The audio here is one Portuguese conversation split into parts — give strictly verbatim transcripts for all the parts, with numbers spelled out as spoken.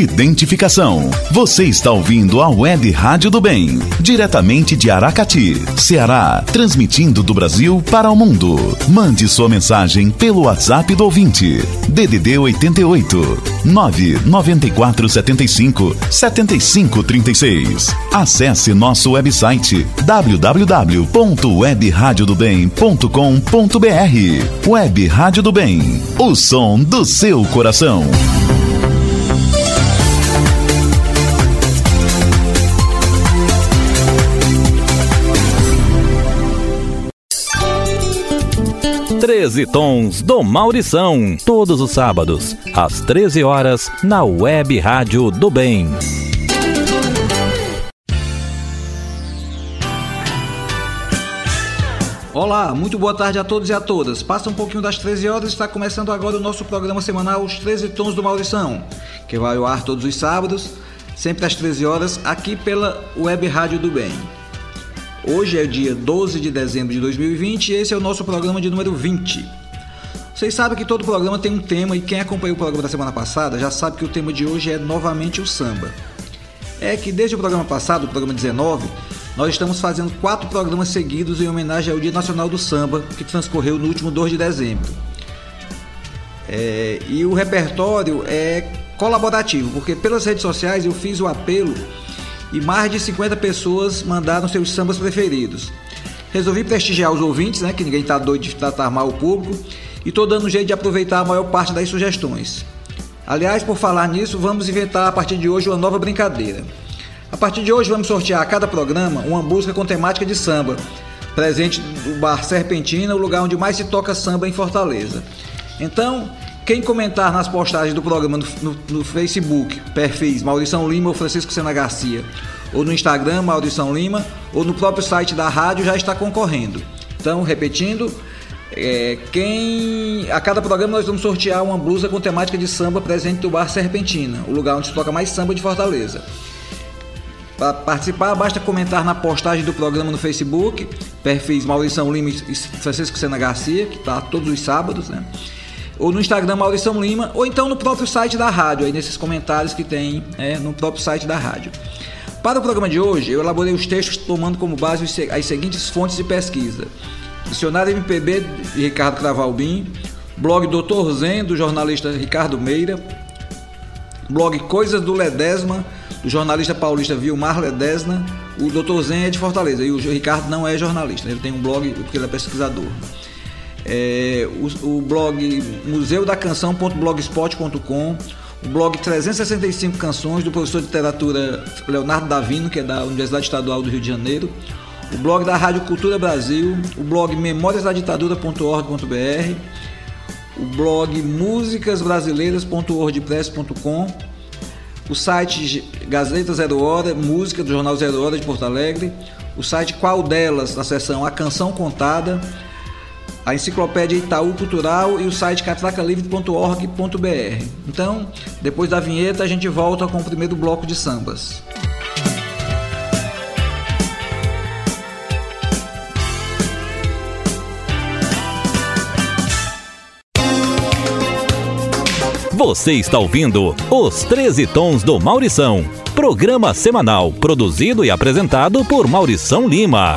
identificação. Você está ouvindo a Web Rádio do Bem, diretamente de Aracati, Ceará, transmitindo do Brasil para o mundo. Mande sua mensagem pelo WhatsApp do ouvinte, D D D oitenta e oito, nove nove quatro sete cinco, sete cinco três seis. Acesse nosso website w w w ponto web rádio do bem ponto com ponto b r. Web Rádio do Bem, o som do seu coração. treze Tons do Maurição, todos os sábados, às treze horas, na Web Rádio do Bem. Olá, muito boa tarde a todos e a todas. Passa um pouquinho das treze horas e está começando agora o nosso programa semanal Os treze Tons do Maurição, que vai ao ar todos os sábados, sempre às treze horas, aqui pela Web Rádio do Bem. Hoje é dia doze de dezembro de dois mil e vinte e esse é o nosso programa de número vinte. Vocês sabem que todo programa tem um tema e quem acompanhou o programa da semana passada já sabe que o tema de hoje é novamente o samba. É que desde o programa passado, o programa dezenove, nós estamos fazendo quatro programas seguidos em homenagem ao Dia Nacional do Samba, que transcorreu no último dois de dezembro. É, e o repertório é colaborativo, porque pelas redes sociais eu fiz o apelo e mais de cinquenta pessoas mandaram seus sambas preferidos. Resolvi prestigiar os ouvintes, né, que ninguém está doido de tratar mal o público, e estou dando um jeito de aproveitar a maior parte das sugestões. Aliás, por falar nisso, vamos inventar a partir de hoje uma nova brincadeira. A partir de hoje vamos sortear a cada programa uma música com temática de samba, presente do Bar Serpentina, o lugar onde mais se toca samba em Fortaleza. Então, quem comentar nas postagens do programa no, no, no Facebook, perfis Maurição Lima ou Francisco Sena Garcia, ou no Instagram, Maurição Lima, ou no próprio site da rádio, já está concorrendo. Então, repetindo, é, quem a cada programa nós vamos sortear uma blusa com temática de samba presente do Bar Serpentina, o lugar onde se toca mais samba de Fortaleza. Para participar, basta comentar na postagem do programa no Facebook, perfis Maurição Lima e Francisco Sena Garcia, que está todos os sábados, né? Ou no Instagram Maurição Lima, ou então no próprio site da rádio, aí nesses comentários que tem é, no próprio site da rádio. Para o programa de hoje, eu elaborei os textos tomando como base as seguintes fontes de pesquisa: Dicionário M P B de Ricardo Cravalbim, blog doutor Zen, do jornalista Ricardo Meira, blog Coisas do Ledesma, do jornalista paulista Vilmar Ledesma. O doutor Zen é de Fortaleza e o Ricardo não é jornalista, ele tem um blog porque ele é pesquisador. É, o, o blog museu da canção ponto blogspot ponto com, o blog trezentas e sessenta e cinco canções do professor de literatura Leonardo Davino, que é da Universidade Estadual do Rio de Janeiro, o blog da Rádio Cultura Brasil, o blog memórias da ditadura ponto org ponto b r, o blog músicas brasileiras ponto wordpress ponto com, o site Gazeta Zero Hora, música do Jornal Zero Hora de Porto Alegre, o site Qual Delas, na seção A Canção Contada, a Enciclopédia Itaú Cultural e o site catraca livre ponto org ponto b r. Então, depois da vinheta, a gente volta com o primeiro bloco de sambas. Você está ouvindo Os treze Tons do Maurição, programa semanal produzido e apresentado por Maurição Lima.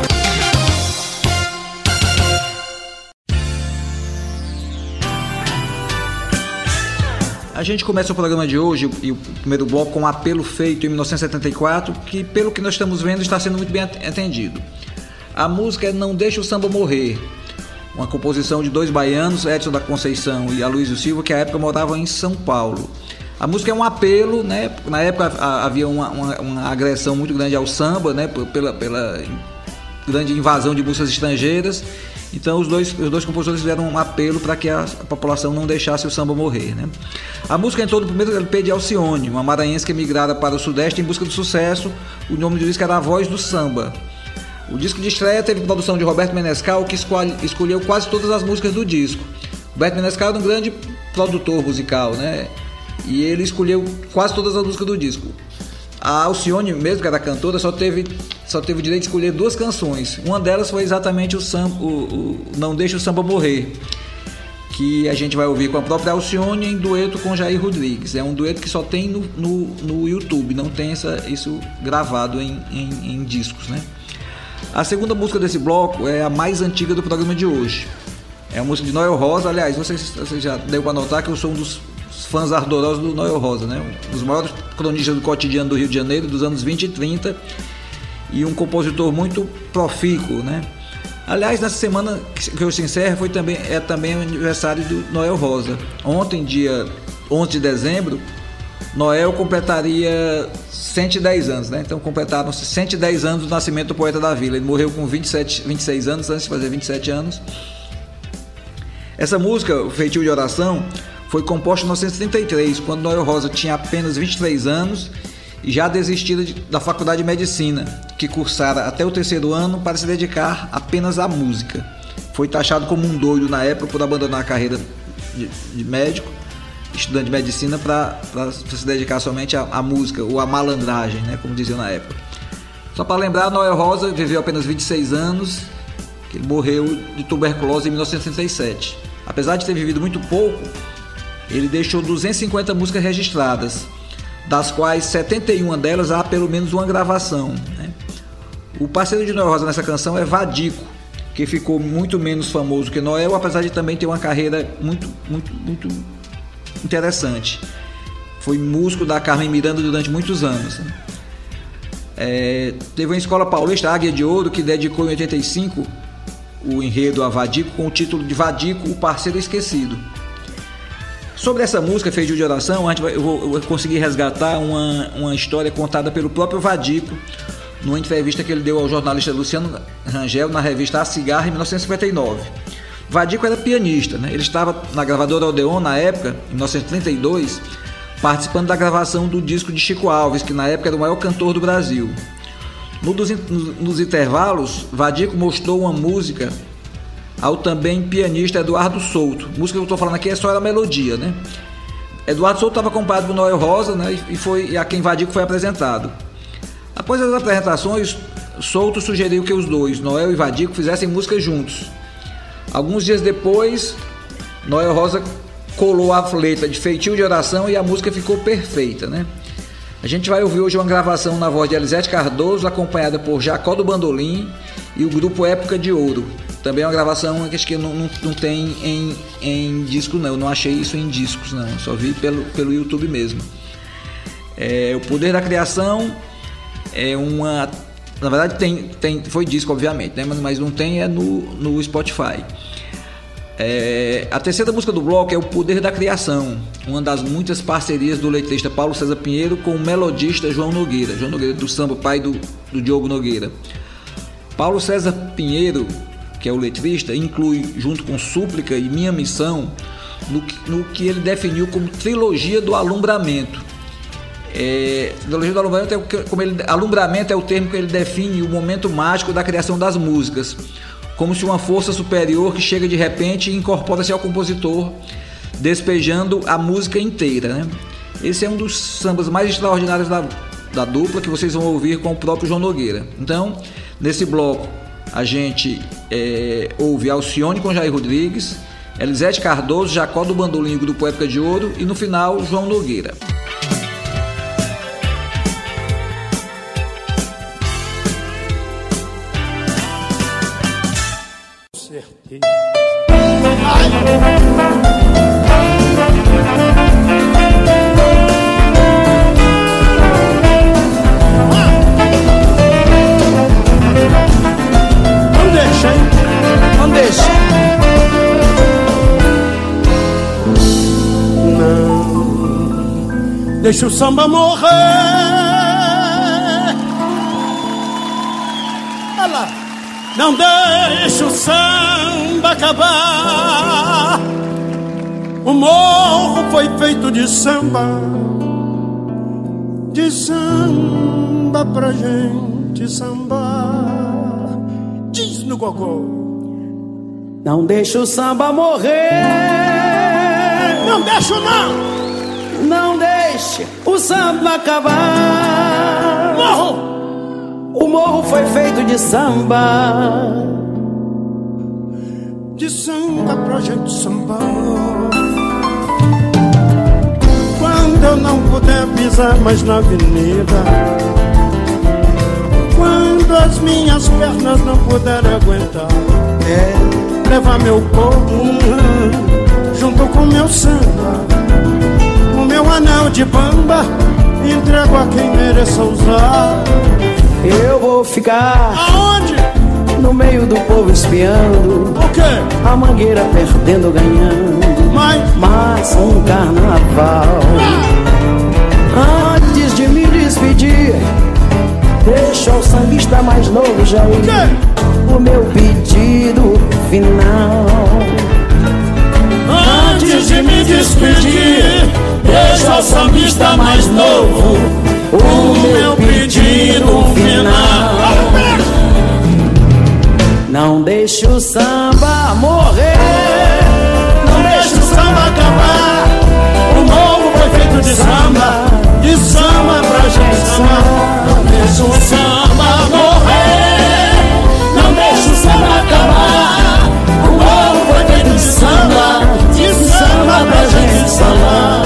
A gente começa o programa de hoje e o primeiro bloco com um apelo feito em mil novecentos e setenta e quatro, que pelo que nós estamos vendo está sendo muito bem atendido. A música é Não Deixa o Samba Morrer, uma composição de dois baianos, Edson da Conceição e Aloysio Silva, que à época moravam em São Paulo. A música é um apelo, né? Na época havia uma, uma, uma agressão muito grande ao samba, né? Pela, pela grande invasão de músicas estrangeiras. Então os dois, os dois compositores fizeram um apelo para que a, a população não deixasse o samba morrer, né? A música entrou no primeiro L P de Alcione, uma maranhense que emigrara para o Sudeste em busca do sucesso. O nome do disco era A Voz do Samba. O disco de estreia teve produção de Roberto Menescal, que escolhe, escolheu quase todas as músicas do disco. Roberto Menescal era um grande produtor musical, né? E ele escolheu quase todas as músicas do disco. A Alcione, mesmo que era cantora, só teve, só teve o direito de escolher duas canções. Uma delas foi exatamente o, samba, o, o Não Deixa o Samba Morrer, que a gente vai ouvir com a própria Alcione em dueto com Jair Rodrigues. É um dueto que só tem no, no, no YouTube, não tem essa, isso gravado em, em, em discos, né? A segunda música desse bloco é a mais antiga do programa de hoje. É a música de Noel Rosa. Aliás, vocês, vocês já deu para notar que eu sou um dos fãs ardorosos do Noel Rosa, né? Um dos maiores cronistas do cotidiano do Rio de Janeiro dos anos vinte e trinta e um compositor muito profícuo, né? Aliás, nessa semana que eu se encerra foi também, é também o aniversário do Noel Rosa. Ontem, dia onze de dezembro, Noel completaria cento e dez anos, né? Então completaram-se cento e dez anos do nascimento do poeta da Vila. Ele morreu com vinte e sete, vinte e seis anos, antes de fazer vinte e sete anos. Essa música, o Feitio de Oração, foi composta em mil novecentos e trinta e três, quando Noel Rosa tinha apenas vinte e três anos e já desistira de, da Faculdade de Medicina, que cursara até o terceiro ano para se dedicar apenas à música. Foi taxado como um doido na época por abandonar a carreira de, de médico, estudante de medicina, para se dedicar somente à, à música, ou à malandragem, né, como diziam na época. Só para lembrar, Noel Rosa viveu apenas vinte e seis anos, que ele morreu de tuberculose em mil novecentos e trinta e sete. Apesar de ter vivido muito pouco, ele deixou duzentas e cinquenta músicas registradas, das quais setenta e uma delas há pelo menos uma gravação, né? O parceiro de Noel Rosa nessa canção é Vadico, que ficou muito menos famoso que Noel, apesar de também ter uma carreira muito, muito, muito interessante. Foi músico da Carmen Miranda durante muitos anos, né? É, teve uma escola paulista, Águia de Ouro, que dedicou em oitenta e cinco o enredo a Vadico com o título de Vadico, o Parceiro Esquecido. Sobre essa música, Feitio de Oração, a gente vai, eu, vou, eu vou conseguir resgatar uma, uma história contada pelo próprio Vadico numa entrevista que ele deu ao jornalista Luciano Rangel na revista A Cigarra em mil novecentos e cinquenta e nove. Vadico era pianista, né? Ele estava na gravadora Odeon na época, em mil novecentos e trinta e dois, participando da gravação do disco de Chico Alves, que na época era o maior cantor do Brasil. No dos, nos, nos intervalos, Vadico mostrou uma música ao também pianista Eduardo Souto. A música que eu estou falando aqui é só a melodia, né? Eduardo Souto estava acompanhado por Noel Rosa, né? E foi a quem Vadico foi apresentado. Após as apresentações, Souto sugeriu que os dois, Noel e Vadico, fizessem música juntos. Alguns dias depois, Noel Rosa colou a letra de Feitio de Oração e a música ficou perfeita, né? A gente vai ouvir hoje uma gravação na voz de Elisete Cardoso, acompanhada por Jacó do Bandolim e o grupo Época de Ouro. Também é uma gravação que acho que não, não, não tem em, em disco, não. Eu não achei isso em discos, não. Só vi pelo, pelo YouTube mesmo. É, o Poder da Criação é uma... Na verdade, tem, tem, foi disco, obviamente, né? mas, mas não tem é no, no Spotify. É, a terceira música do bloco é O Poder da Criação, uma das muitas parcerias do letrista Paulo César Pinheiro com o melodista João Nogueira. João Nogueira do samba, pai do, do Diogo Nogueira. Paulo César Pinheiro, que é o letrista, inclui, junto com Súplica e Minha Missão, no que, no que ele definiu como trilogia do alumbramento. É, trilogia do alumbramento é, como ele, alumbramento é o termo que ele define o momento mágico da criação das músicas, como se uma força superior que chega de repente e incorpora-se ao compositor, despejando a música inteira, né? Esse é um dos sambas mais extraordinários da, da dupla, que vocês vão ouvir com o próprio João Nogueira. Então, nesse bloco, a gente é, ouve Alcione com Jair Rodrigues, Elisete Cardoso, Jacó do Bandolim, grupo Época de Ouro, e no final, João Nogueira. Certeza. Não deixa, hein? Não deixa. Não deixa o samba morrer. Olha lá. Não deixa o samba acabar. O morro foi feito de samba, de samba pra gente sambar. Diz no cocô. Não deixa o samba morrer. Não deixa não. Não deixa o samba acabar. Morro. O morro foi feito de samba, de samba pra gente sambar. Quando eu não puder pisar mais na avenida, quando as minhas pernas não puderem aguentar, é levar meu corpo junto com meu samba, o meu anel de bamba, entrego a quem mereça usar. Eu vou ficar aonde? No meio do povo espiando. O quê? A mangueira perdendo, ganhando. Mas, mas um carnaval. Ah. Antes de me despedir, deixa o sambista mais novo já ir. O quê? O meu pedido final. Antes de me despedir, deixa o sambista mais novo o meu pedido final. Não deixe o samba morrer, não deixe o samba acabar. O morro foi feito de samba, de samba pra gente sambar. Não deixe o samba morrer, não deixe o samba acabar. O morro foi feito de samba, de samba pra gente sambar.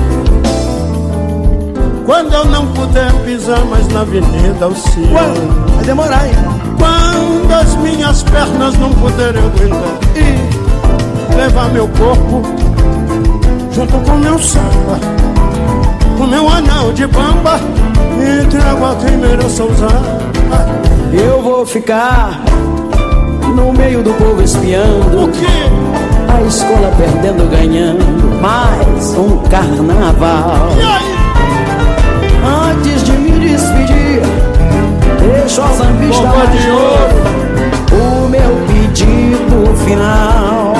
Quando eu não puder pisar mais na avenida, o cielo vai demorar, hein? Quando as minhas pernas não puderem aguentar e levar meu corpo junto com meu samba, o meu anel de bamba, entrego a quem mereça usar. Eu vou ficar no meio do povo espiando. O quê? A escola perdendo, ganhando, mais um carnaval. E aí? Antes de me despedir, deixa o sambista mais novo o meu pedido final.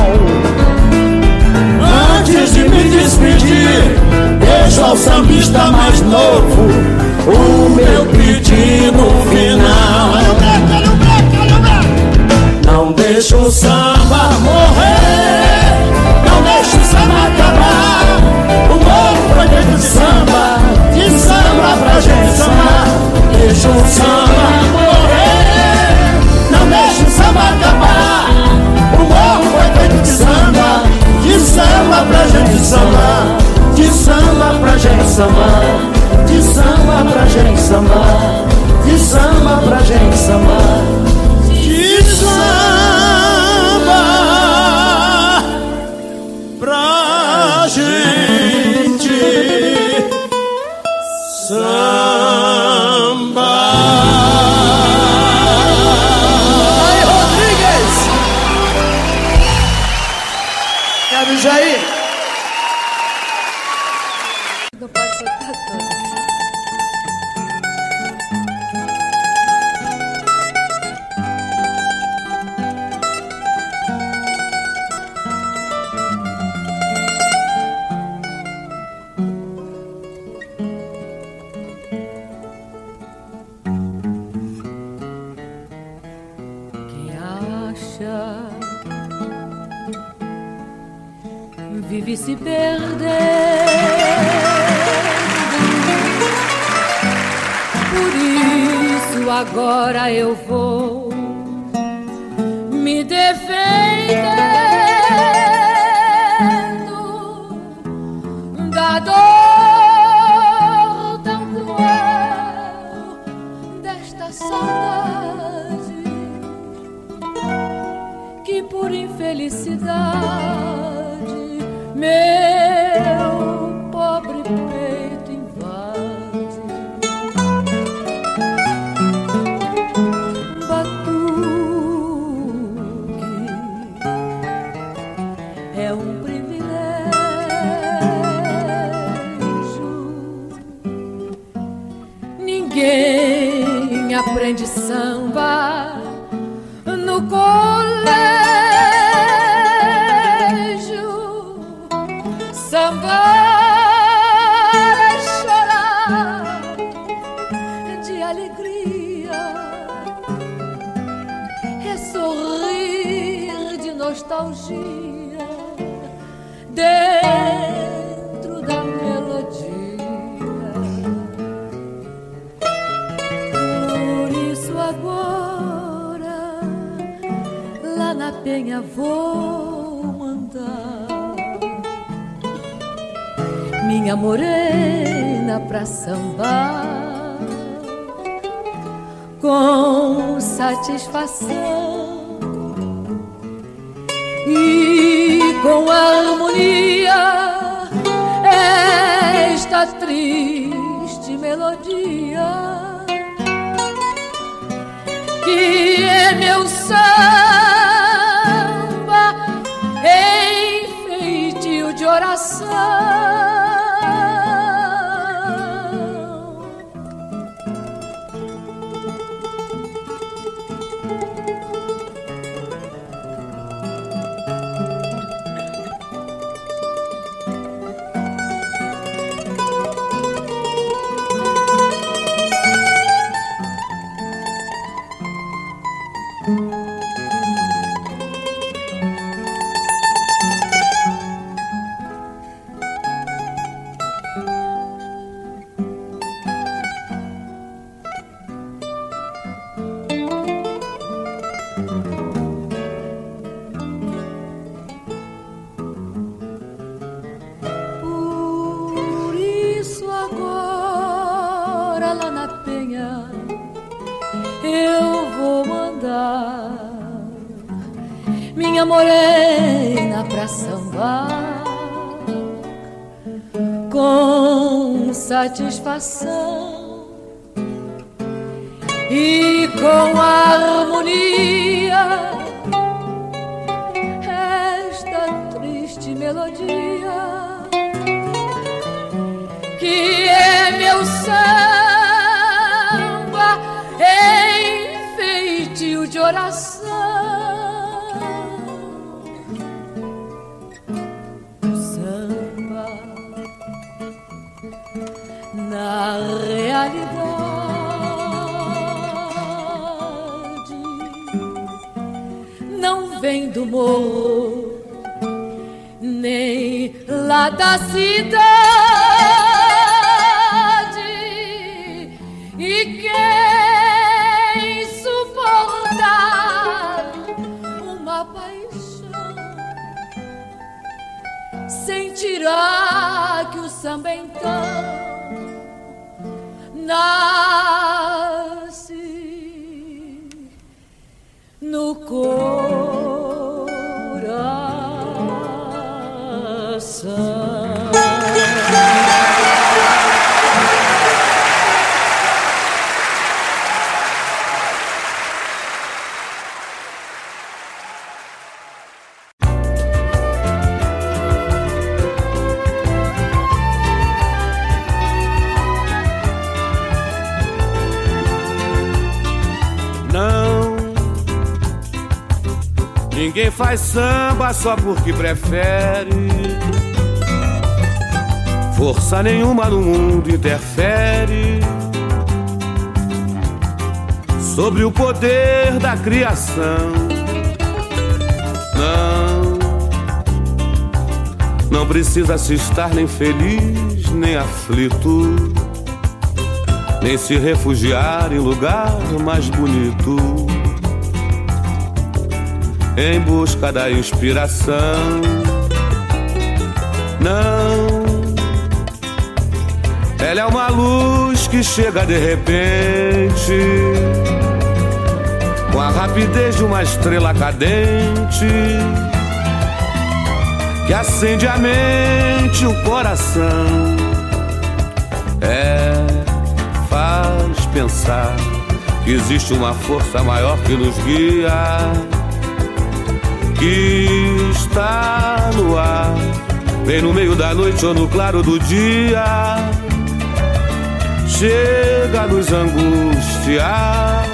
Antes de me despedir, deixa o sambista mais novo o meu pedido final. Não deixa o samba morrer, não deixa o samba acabar. O morro foi feito de samba, de samba pra gente sambar. Deixa o samba morrer, não deixa o samba acabar. O morro foi feito de samba, de samba pra gente sambar. De samba pra gente sambar, de samba pra gente sambar, de samba pra gente sambar, de samba pra gente sambar. Aí, Rodrigues! Quero Jair! Não pode soltar tudo. Quem acha vive se perdendo. Por isso agora eu vou me defendendo da dor tão cruel desta saudade que por infelicidade meu pobre peito invade. Batuque é um privilégio, ninguém aprende samba no colégio. Sambar é chorar de alegria, é sorrir de nostalgia dentro da melodia. Por isso agora lá na Penha vou mandar minha morena pra sambar com satisfação e com harmonia esta triste melodia que é meu samba em feitio de oração. Minha morena pra sambar com satisfação e com harmonia esta triste melodia que é meu samba em feitio de oração. Na realidade não vem do morro nem lá da cidade, e quem suportar uma paixão sentirá que o samba então nasce no coração. Ninguém faz samba só porque prefere. Força nenhuma no mundo interfere sobre o poder da criação. Não, não precisa se estar nem feliz, nem aflito, nem se refugiar em lugar mais bonito em busca da inspiração. Não, ela é uma luz que chega de repente, com a rapidez de uma estrela cadente, que acende a mente, o coração. É, faz pensar que existe uma força maior que nos guia, que está no ar, bem no meio da noite ou no claro do dia, chega a nos angustiar.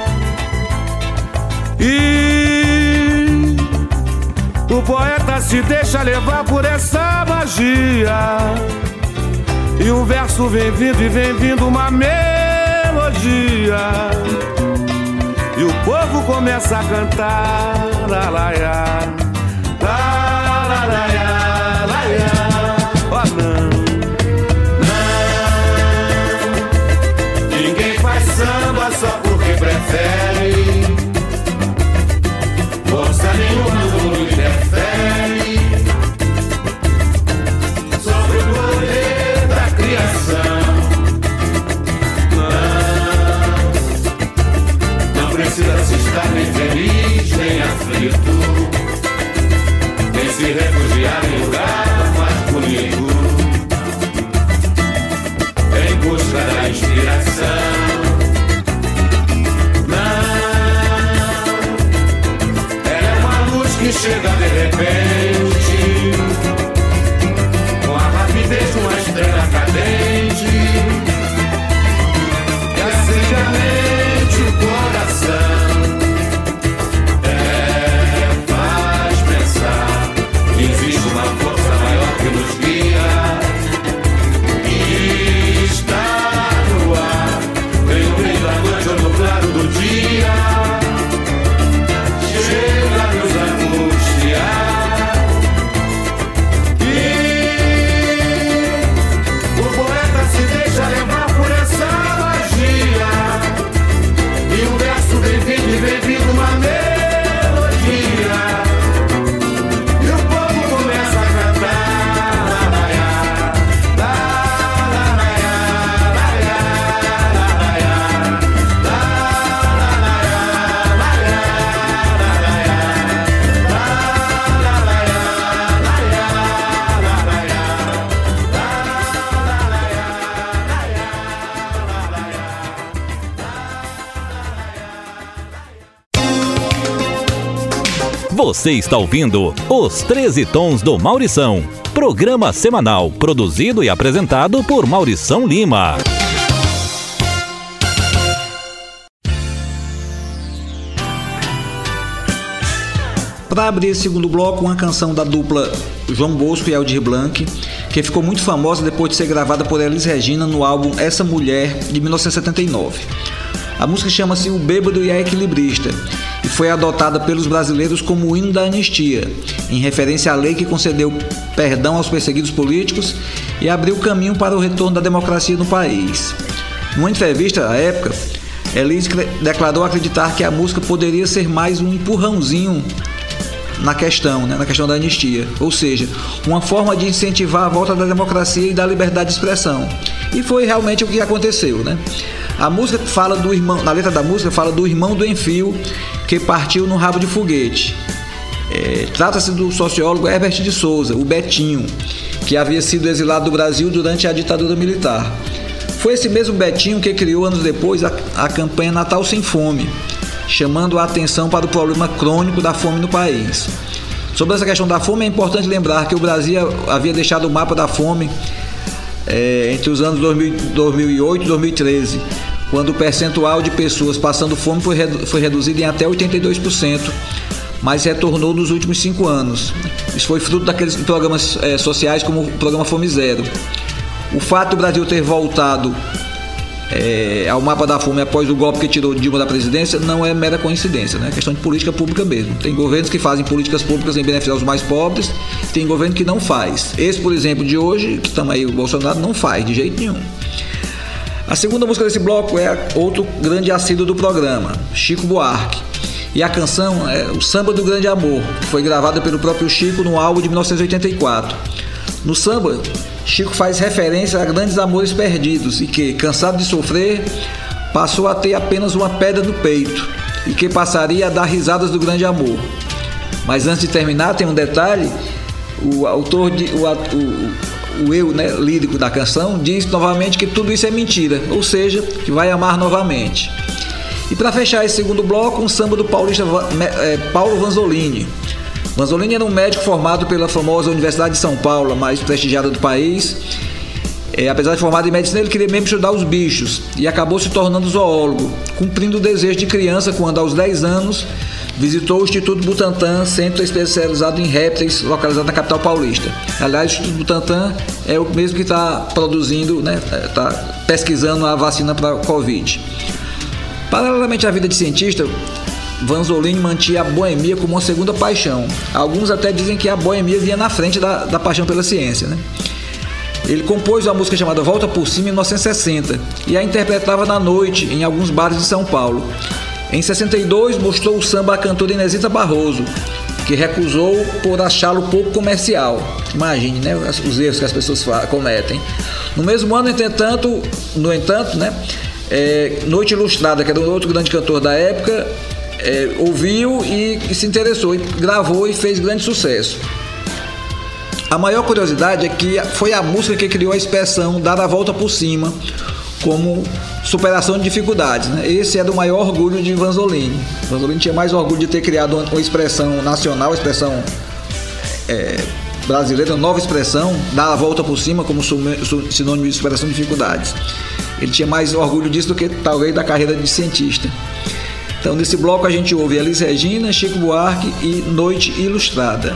E o poeta se deixa levar por essa magia, e um verso vem vindo e vem vindo uma melodia, e o povo começa a cantar, la la ya, la la la ya, la ya. Oh não, não, ninguém faz samba só porque prefere. Força nenhuma no se refugiar em lugar mais bonito, em busca da inspiração. Que chega de repente, com a rapidez de uma estrela cadente, que acende a mente, o coração, é, faz pensar que existe uma força maior que nos guia, e está no ar, vem no meio da noite ou no claro do dia. Chega nos angustiar, e o poeta se deixa levar por essa magia, e o verso vem vindo e vem vindo uma melodia, e o povo começa a cantar la la ya, la la la ya, la ya, la la ya, la la la ya, la ya. Você está ouvindo Os treze Tons do Maurição, programa semanal produzido e apresentado por Maurição Lima. Para abrir esse segundo bloco, uma canção da dupla João Bosco e Aldir Blanc, que ficou muito famosa depois de ser gravada por Elis Regina no álbum Essa Mulher, de mil novecentos e setenta e nove. A música chama-se O Bêbado e a Equilibrista e foi adotada pelos brasileiros como o hino da anistia, em referência à lei que concedeu perdão aos perseguidos políticos e abriu caminho para o retorno da democracia no país. Numa entrevista à época, Elis declarou acreditar que a música poderia ser mais um empurrãozinho na questão, né, na questão da anistia, ou seja, uma forma de incentivar a volta da democracia e da liberdade de expressão. E foi realmente o que aconteceu, né? A música fala do irmão, na letra da música fala do irmão do Enfio que partiu no rabo de foguete. É, trata-se do sociólogo Herbert de Souza, o Betinho, que havia sido exilado do Brasil durante a ditadura militar. Foi esse mesmo Betinho que criou anos depois a, a campanha Natal Sem Fome, chamando a atenção para o problema crônico da fome no país. Sobre essa questão da fome, é importante lembrar que o Brasil havia deixado o mapa da fome é, entre os anos dois mil e oito e dois mil e treze, quando o percentual de pessoas passando fome foi, redu- foi reduzido em até oitenta e dois por cento, mas retornou nos últimos cinco anos. Isso foi fruto daqueles programas é, sociais como o programa Fome Zero. O fato do Brasil ter voltado É, ao mapa da fome após o golpe que tirou Dilma da presidência não é mera coincidência, né? É questão de política pública mesmo. Tem governos que fazem políticas públicas em beneficiar os mais pobres, tem governo que não faz. Esse, por exemplo, de hoje, que estamos aí, o Bolsonaro não faz de jeito nenhum. A segunda música desse bloco é outro grande assíduo do programa, Chico Buarque. E a canção é O Samba do Grande Amor, que foi gravada pelo próprio Chico no álbum de mil novecentos e oitenta e quatro. No samba, Chico faz referência a grandes amores perdidos e que, cansado de sofrer, passou a ter apenas uma pedra no peito e que passaria a dar risadas do grande amor. Mas antes de terminar, tem um detalhe: o autor, de, o, o, o eu, né, lírico da canção, diz novamente que tudo isso é mentira, ou seja, que vai amar novamente. E para fechar esse segundo bloco, um samba do paulista é, Paulo Vanzolini. Vanzolini era um médico formado pela famosa Universidade de São Paulo, a mais prestigiada do país. É, apesar de formado em medicina, ele queria mesmo estudar os bichos e acabou se tornando zoólogo, cumprindo o desejo de criança quando, aos dez anos, visitou o Instituto Butantan, centro especializado em répteis, localizado na capital paulista. Aliás, o Instituto Butantan é o mesmo que está produzindo, né, está pesquisando a vacina para a Covid. Paralelamente à vida de cientista, Vanzolini mantinha a boemia como uma segunda paixão. Alguns até dizem que a boemia vinha na frente da, da paixão pela ciência, né? Ele compôs uma música chamada Volta por Cima em mil novecentos e sessenta e a interpretava na noite em alguns bares de São Paulo. Em sessenta e dois mostrou o samba à cantora Inesita Barroso, que recusou por achá-lo pouco comercial. Imagine, né, os erros que as pessoas cometem. No mesmo ano, entretanto, no entanto, né, é, Noite Ilustrada, que era um outro grande cantor da época, É, ouviu e, e se interessou, e gravou e fez grande sucesso. A maior curiosidade é que foi a música que criou a expressão dar a volta por cima como superação de dificuldades, né? Esse é do maior orgulho de Vanzolini. Vanzolini tinha mais orgulho de ter criado uma expressão nacional, uma expressão é, brasileira, uma nova expressão, dar a volta por cima como sinônimo de superação de dificuldades. Ele tinha mais orgulho disso do que talvez da carreira de cientista. Então nesse bloco a gente ouve Elis Regina, Chico Buarque e Noite Ilustrada.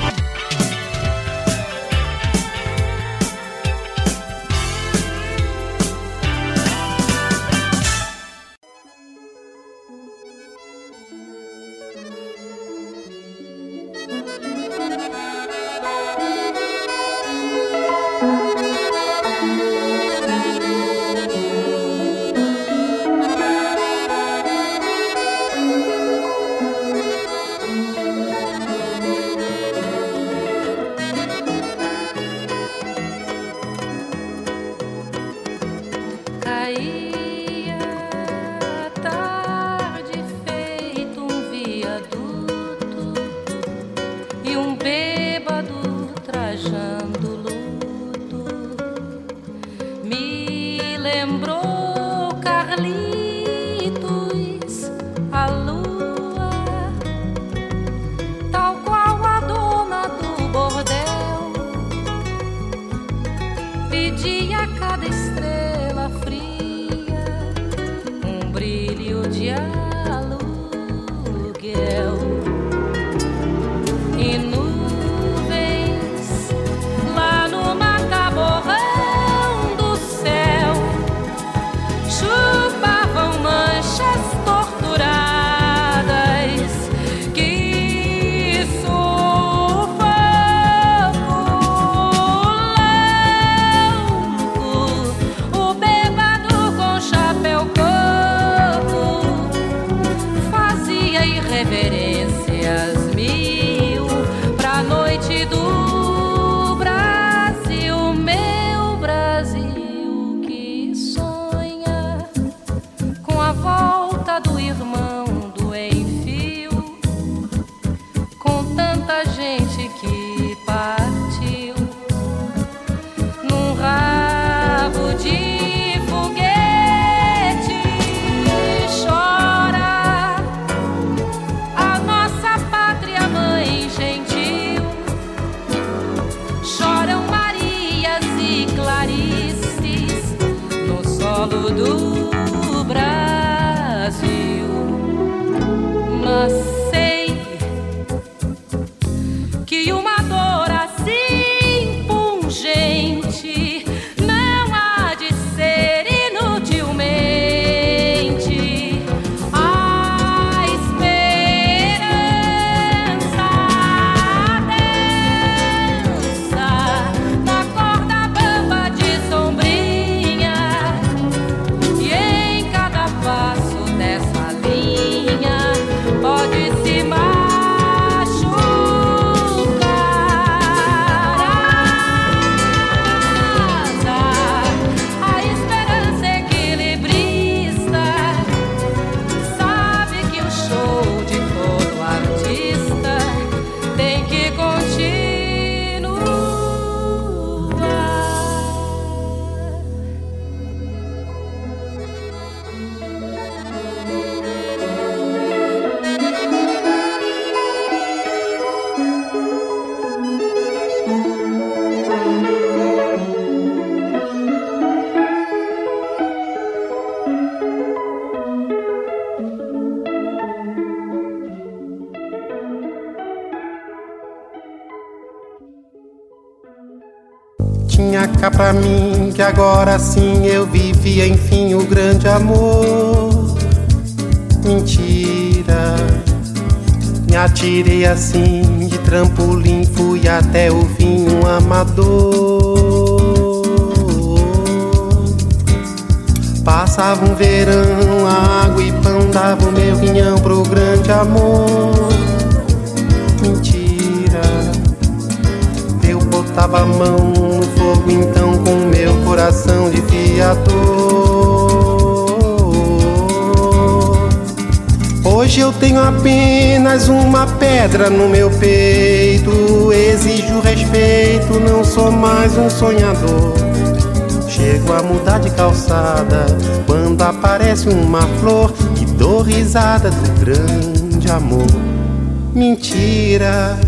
Tinha cá pra mim que agora sim eu vivia enfim o grande amor. Mentira, me atirei assim de trampolim, fui até o fim um amador. Passava um verão, água e pão, dava o meu quinhão pro grande amor. Mentira, eu botava a mão no fogo então com meu coração de fiador. Hoje eu tenho apenas uma pedra no meu peito, exijo respeito respeito, não sou mais um sonhador. Chego a mudar de calçada quando aparece uma flor e dou risada do grande amor. Mentira.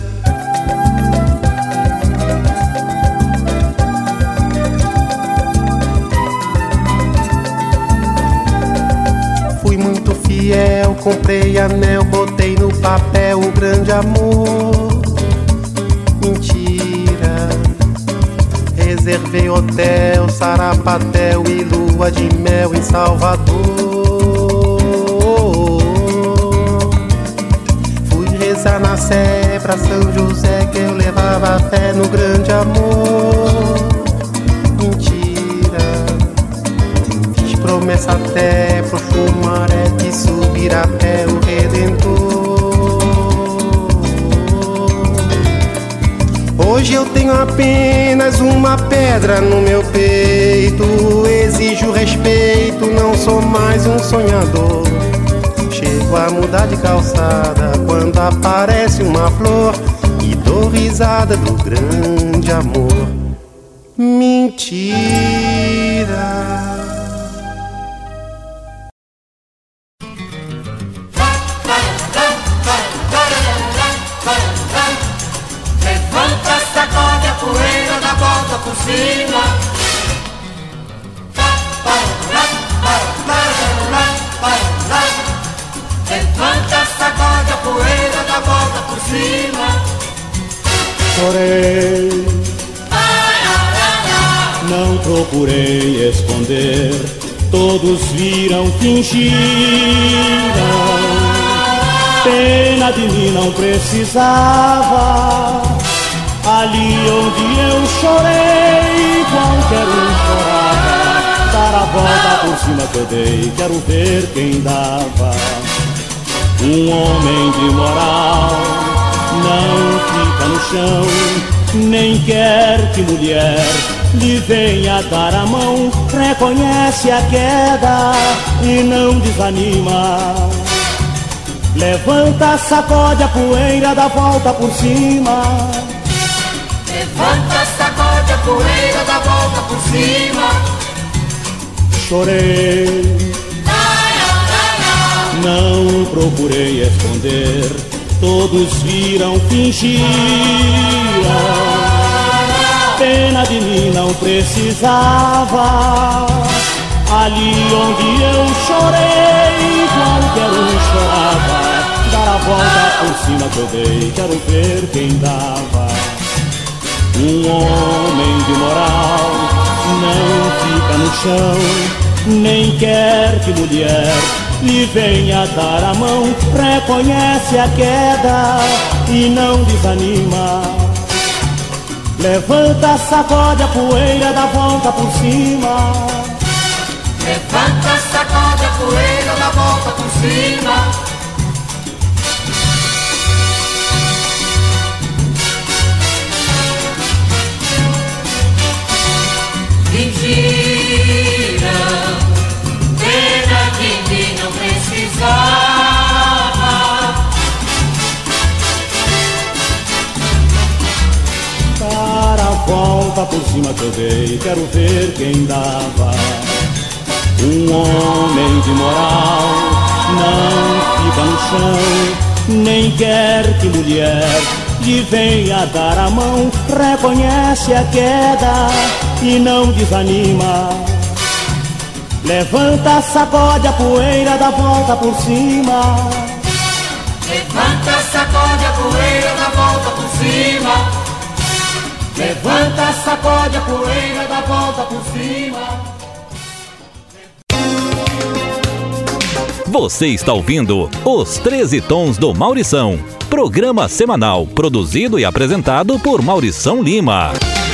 Fui muito fiel, comprei anel, botei no papel o grande amor. Mentira. Reservei hotel, sarapatel e lua de mel em Salvador. Fui rezar na Sé pra São José que eu levava fé no grande amor. Mentira. Fiz promessa até pro fumaré que subirá a pé o Redentor. Hoje eu tenho apenas uma pedra no meu peito. Exijo respeito, não sou mais um sonhador. Chego a mudar de calçada quando aparece uma flor e dou risada do grande amor. Mentira. Chorei, não procurei esconder, todos viram, fingiram. Pena de mim não precisava, ali onde eu chorei, qualquer um chorava. Dar a volta por cima que eu dei, quero ver quem dava. Um homem de moral não fica no chão, nem quer que mulher lhe venha dar a mão. Reconhece a queda e não desanima. Levanta, sacode a poeira, dá volta por cima. Levanta, sacode a poeira, dá volta por cima. Chorei, não procurei esconder, todos viram, fingiram. Pena de mim não precisava, ali onde eu chorei, qualquer um chorava. Dar a volta por cima que eu dei, quero ver quem dava. Um homem de moral não fica no chão, nem quer que mulher lhe venha dar a mão. Reconhece a queda e não desanima. Levanta, sacode a poeira, dá volta por cima. Levanta, sacode a poeira, dá volta por cima. Fingiram, pena de mim não precisava. Dar a volta por cima que eu dei, quero ver quem dava. Um homem de moral não fica no chão, nem quer que mulher lhe venha dar a mão. Reconhece a queda e não desanima. Levanta, sacode a poeira, dá volta por cima. Levanta, sacode a poeira, dá volta por cima. Levanta, sacode a poeira, dá volta por cima. Você está ouvindo Os treze Tons do Maurição, programa semanal produzido e apresentado por Maurição Lima.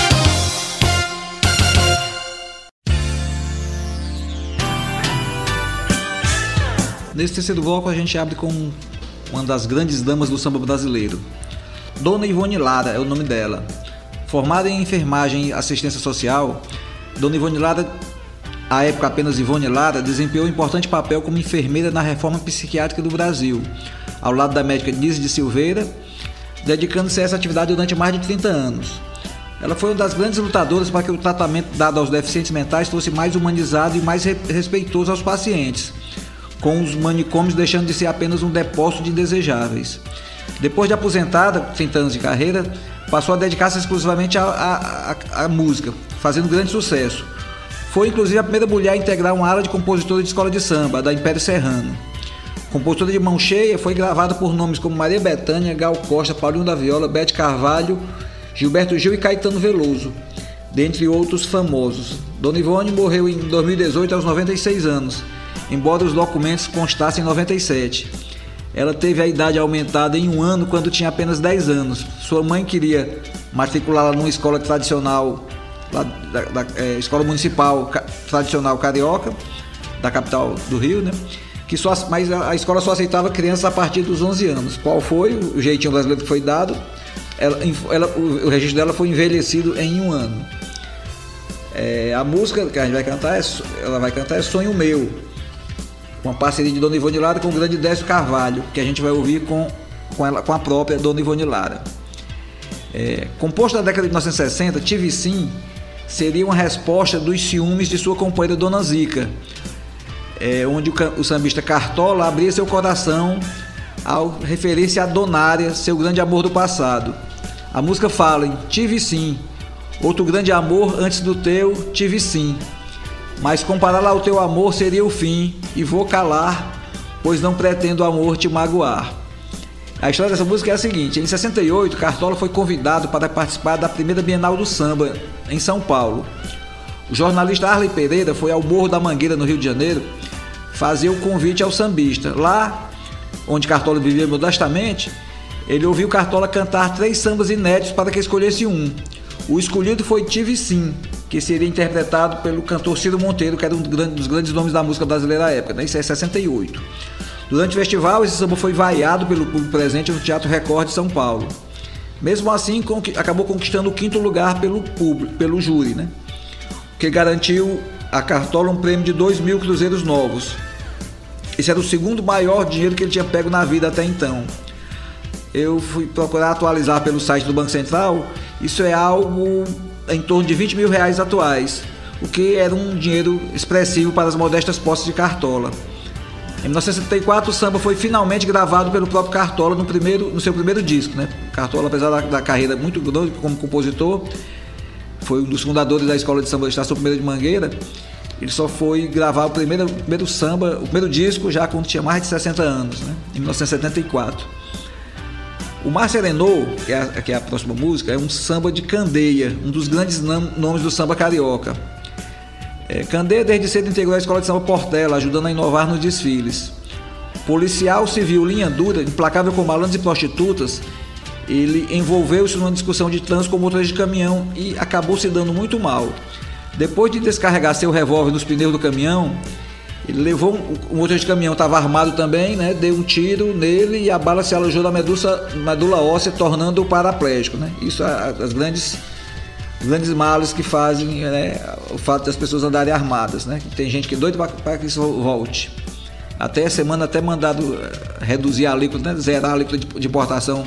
Nesse terceiro bloco a gente abre com uma das grandes damas do samba brasileiro. Dona Ivone Lara é o nome dela. Formada em enfermagem e assistência social, Dona Ivone Lara, à época apenas Ivone Lara, desempenhou um importante papel como enfermeira na reforma psiquiátrica do Brasil, ao lado da médica Nise de Silveira, dedicando-se a essa atividade durante mais de trinta anos. Ela foi uma das grandes lutadoras para que o tratamento dado aos deficientes mentais fosse mais humanizado e mais re- respeitoso aos pacientes, com os manicômios deixando de ser apenas um depósito de indesejáveis. Depois de aposentada, trinta anos de carreira, passou a dedicar-se exclusivamente à, à, à música, fazendo grande sucesso. Foi inclusive a primeira mulher a integrar uma ala de compositora de escola de samba, da Império Serrano. Compositora de mão cheia, foi gravada por nomes como Maria Bethânia, Gal Costa, Paulinho da Viola, Bete Carvalho, Gilberto Gil e Caetano Veloso, dentre outros famosos. Dona Ivone morreu em dois mil e dezoito aos noventa e seis anos, embora os documentos constassem em noventa e sete. Ela teve a idade aumentada em um ano quando tinha apenas dez anos. Sua mãe queria matriculá-la numa escola tradicional, da, da, da é, escola municipal ca, tradicional carioca, da capital do Rio, né? Que só, mas a, a escola só aceitava crianças a partir dos onze anos. Qual foi o jeitinho brasileiro que foi dado? Ela, ela, o, o registro dela foi envelhecido em um ano. É, a música que a gente vai cantar, é, ela vai cantar é Sonho Meu, uma parceria de Dona Ivone Lara com o grande Décio Carvalho, que a gente vai ouvir com, com, ela, com a própria Dona Ivone Lara. É, composto na década de mil novecentos e sessenta, Tive Sim seria uma resposta dos ciúmes de sua companheira Dona Zica, é, onde o, o sambista Cartola abria seu coração ao referir-se a Donária, seu grande amor do passado. A música fala em Tive Sim, outro grande amor antes do teu, tive sim, mas compará-la ao teu amor seria o fim, e vou calar, pois não pretendo amor te magoar. A história dessa música é a seguinte: em sessenta e oito, Cartola foi convidado para participar da primeira Bienal do Samba, em São Paulo. O jornalista Arley Pereira foi ao Morro da Mangueira, no Rio de Janeiro, fazer o convite ao sambista. Lá, onde Cartola vivia modestamente, ele ouviu Cartola cantar três sambas inéditos para que escolhesse um. O escolhido foi Tive Sim, que seria interpretado pelo cantor Ciro Monteiro, que era um dos grandes nomes da música brasileira à época, né? Isso é sessenta e oito. Durante o festival, esse samba foi vaiado pelo público presente no Teatro Record de São Paulo. Mesmo assim, acabou conquistando o quinto lugar pelo público, pelo júri, né? Que garantiu a Cartola um prêmio de dois mil cruzeiros novos. Esse era o segundo maior dinheiro que ele tinha pego na vida até então. Eu fui procurar atualizar pelo site do Banco Central. Isso é algo em torno de vinte mil reais atuais, o que era um dinheiro expressivo para as modestas posses de Cartola. Em mil novecentos e setenta e quatro, o samba foi finalmente gravado pelo próprio Cartola no, primeiro, no seu primeiro disco, né? Cartola, apesar da, da carreira muito grande como compositor, foi um dos fundadores da Escola de Samba da Estação Primeira de Mangueira. Ele só foi gravar o primeiro, o primeiro samba, o primeiro disco já quando tinha mais de sessenta anos, né? Em mil novecentos e setenta e quatro. O Mar Serenou, que é, a, que é a próxima música, é um samba de Candeia, um dos grandes nomes do samba carioca. É, Candeia desde cedo integrou a Escola de Samba Portela, ajudando a inovar nos desfiles. Policial civil linha dura, implacável com malandros e prostitutas, ele envolveu-se numa discussão de trânsito com motorista de caminhão e acabou se dando muito mal. Depois de descarregar seu revólver nos pneus do caminhão, ele levou, o motorista de caminhão estava armado também, né? Deu um tiro nele e a bala se alojou na medusa, medula óssea, tornando-o paraplégico, né? Isso é as grandes, grandes males que fazem, né, o fato das pessoas andarem armadas, né? Tem gente que é doida para que isso volte. Até a semana até mandado reduzir a alíquota, né? Zerar a alíquota de, de importação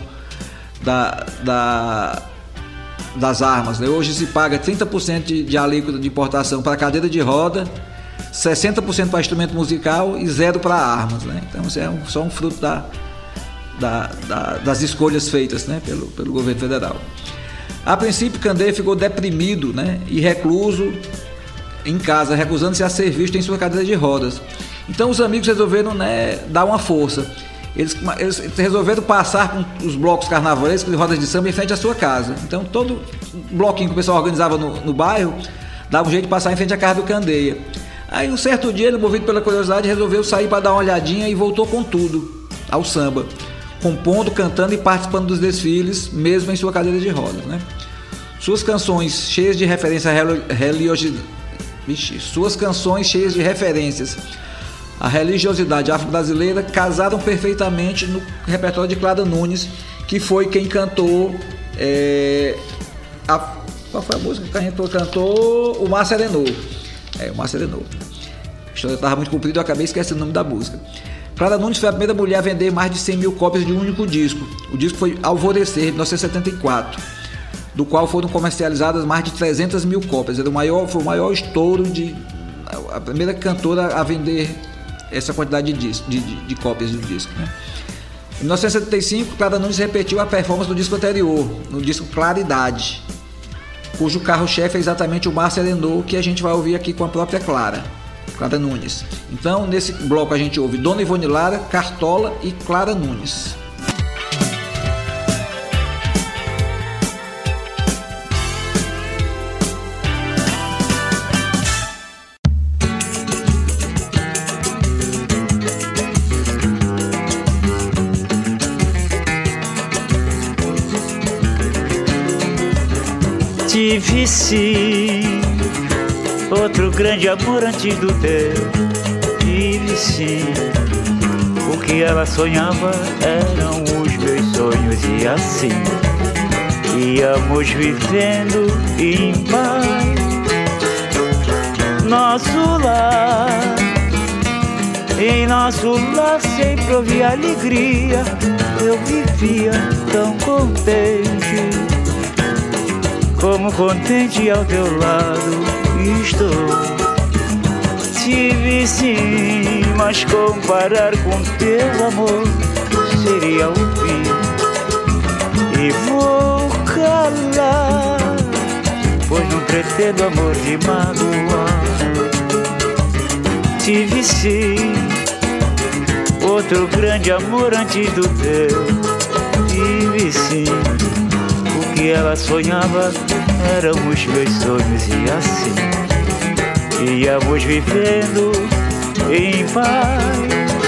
da, da, das armas, né? Hoje se paga trinta por cento de, de alíquota de importação para cadeira de roda, sessenta por cento para instrumento musical e zero para armas, né? Então isso é um, só um fruto da, da, da, das escolhas feitas, né, pelo, pelo governo federal. A princípio, Candeia ficou deprimido, né, e recluso em casa, recusando-se a ser visto em sua cadeira de rodas. Então os amigos resolveram, né, dar uma força. Eles, eles resolveram passar com os blocos carnavalescos de rodas de samba em frente à sua casa. Então todo bloquinho que o pessoal organizava no, no bairro dava um jeito de passar em frente à casa do Candeia. Aí um certo dia ele, movido pela curiosidade, resolveu sair para dar uma olhadinha e voltou com tudo ao samba, compondo, cantando e participando dos desfiles, mesmo em sua cadeira de rodas, né? Suas canções cheias de referência religiosidade, Vixe, suas canções cheias de referências à religiosidade afro-brasileira casaram perfeitamente no repertório de Clara Nunes, que foi quem cantou é, a, qual foi a música que cantou, cantou o Mar Serenou. É, o Mar Serenou. A história estava muito comprida, eu acabei esquecendo o nome da música. Clara Nunes foi a primeira mulher a vender mais de cem mil cópias de um único disco. O disco foi Alvorecer, de mil novecentos e setenta e quatro. do qual foram comercializadas mais de trezentas mil cópias. Era o maior, foi o maior estouro de a primeira cantora a vender essa quantidade de, disco, de, de, de cópias do disco, né? Em mil novecentos e setenta e cinco, Clara Nunes repetiu a performance do disco anterior, no disco Claridade, cujo carro-chefe é exatamente o Mar Serenô, que a gente vai ouvir aqui com a própria Clara, Clara Nunes. Então, nesse bloco a gente ouve Dona Ivone Lara, Cartola e Clara Nunes. Tive sim outro grande amor antes do teu. Tive sim, o que ela sonhava eram os meus sonhos. E assim íamos vivendo em paz. Nosso lar, em nosso lar sempre havia alegria. Eu vivia tão contente, como contente ao teu lado estou. Tive sim, mas comparar com teu amor seria o fim. E vou calar, pois não pretendo amor de magoar. Tive sim outro grande amor antes do teu. Tive sim, o que ela sonhava eram os meus sonhos. E assim íamos vivendo em paz.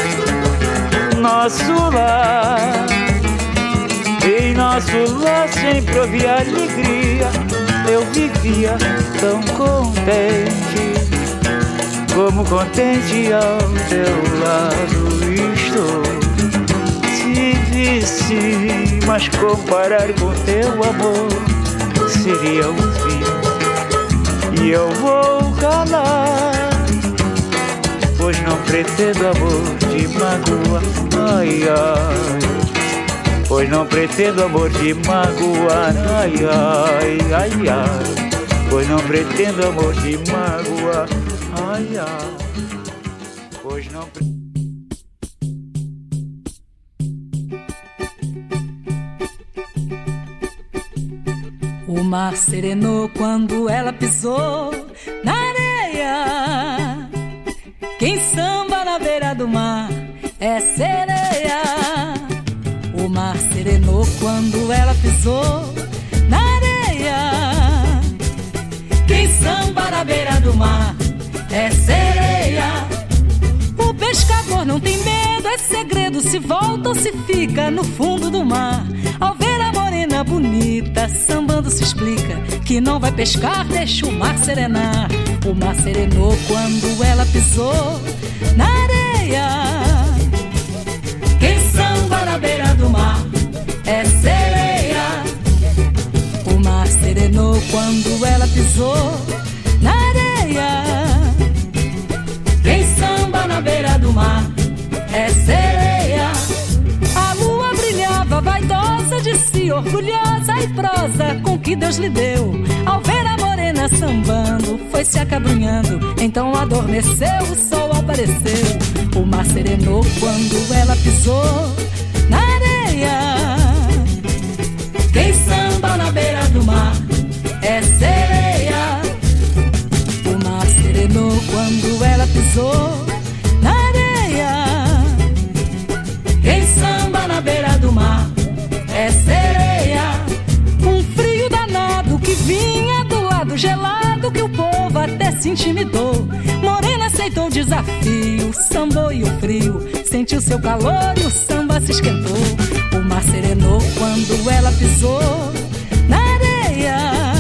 Nosso lar, em nosso lar sempre havia alegria. Eu vivia tão contente, como contente ao teu lado estou. Tive sim, mas comparar com teu amor seria o fim. E eu vou calar, pois não pretendo amor de mágoa. Ai, ai, pois não pretendo amor de magoar. Ai, ai, ai, ai, pois não pretendo amor de magoar. Ai, ai, pois não pretendo. O mar serenou quando ela pisou na areia. Quem samba na beira do mar é sereia. O mar serenou quando ela pisou na areia. Quem samba na beira do mar é sereia. O pescador não tem medo, é segredo se volta ou se fica no fundo do mar. Ao ver a morena bonita sambando se explica que não vai pescar, deixa o mar serenar. O mar serenou quando ela pisou na areia. Quem samba na beira do mar é sereia. O mar serenou quando ela pisou na areia. Quem samba na beira do mar é sereia. A lua brilhava vaidosa de si, orgulhosa e prosa com que Deus lhe deu. Ao ver a morena sambando, foi se acabrunhando, então adormeceu, o sol apareceu. O mar serenou quando ela pisou na areia. Quem samba na beira do mar é sereia. O mar serenou quando ela pisou na areia. Quem samba na beira do mar é sereia. Um frio danado que vinha do lado gelado, que o povo até se intimidou. Morena aceitou o desafio, sambou e o frio sentiu seu calor e o samba se esquentou. O mar serenou quando ela pisou na areia.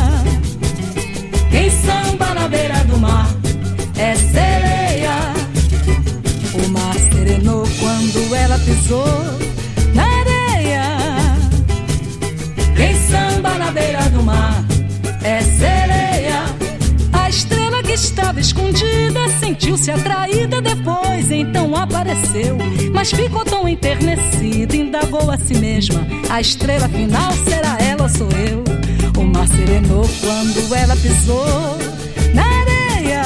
Quem samba na beira do mar é sereia. O mar serenou quando ela pisou na areia. Quem samba na beira do mar é sereia. A estrela que estava escondida sentiu-se atraída depois, então apareceu, mas ficou tão enternecida, indagou a si mesma: a estrela final será ela ou sou eu? O mar serenou quando ela pisou na areia.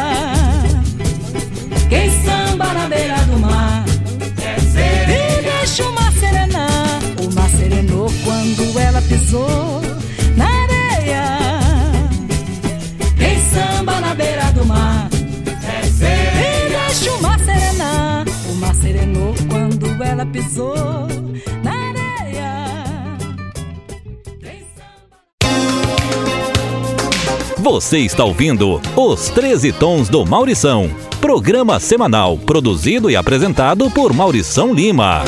Quem samba na beira do mar é sereia. E deixa o mar serenar. O mar serenou quando ela pisou na areia. Quem samba na beira do mar é sereia. E deixa o mar serenar. O mar serenou quando ela pisou na areia. Você está ouvindo Os treze Tons do Maurição, programa semanal produzido e apresentado por Maurição Lima.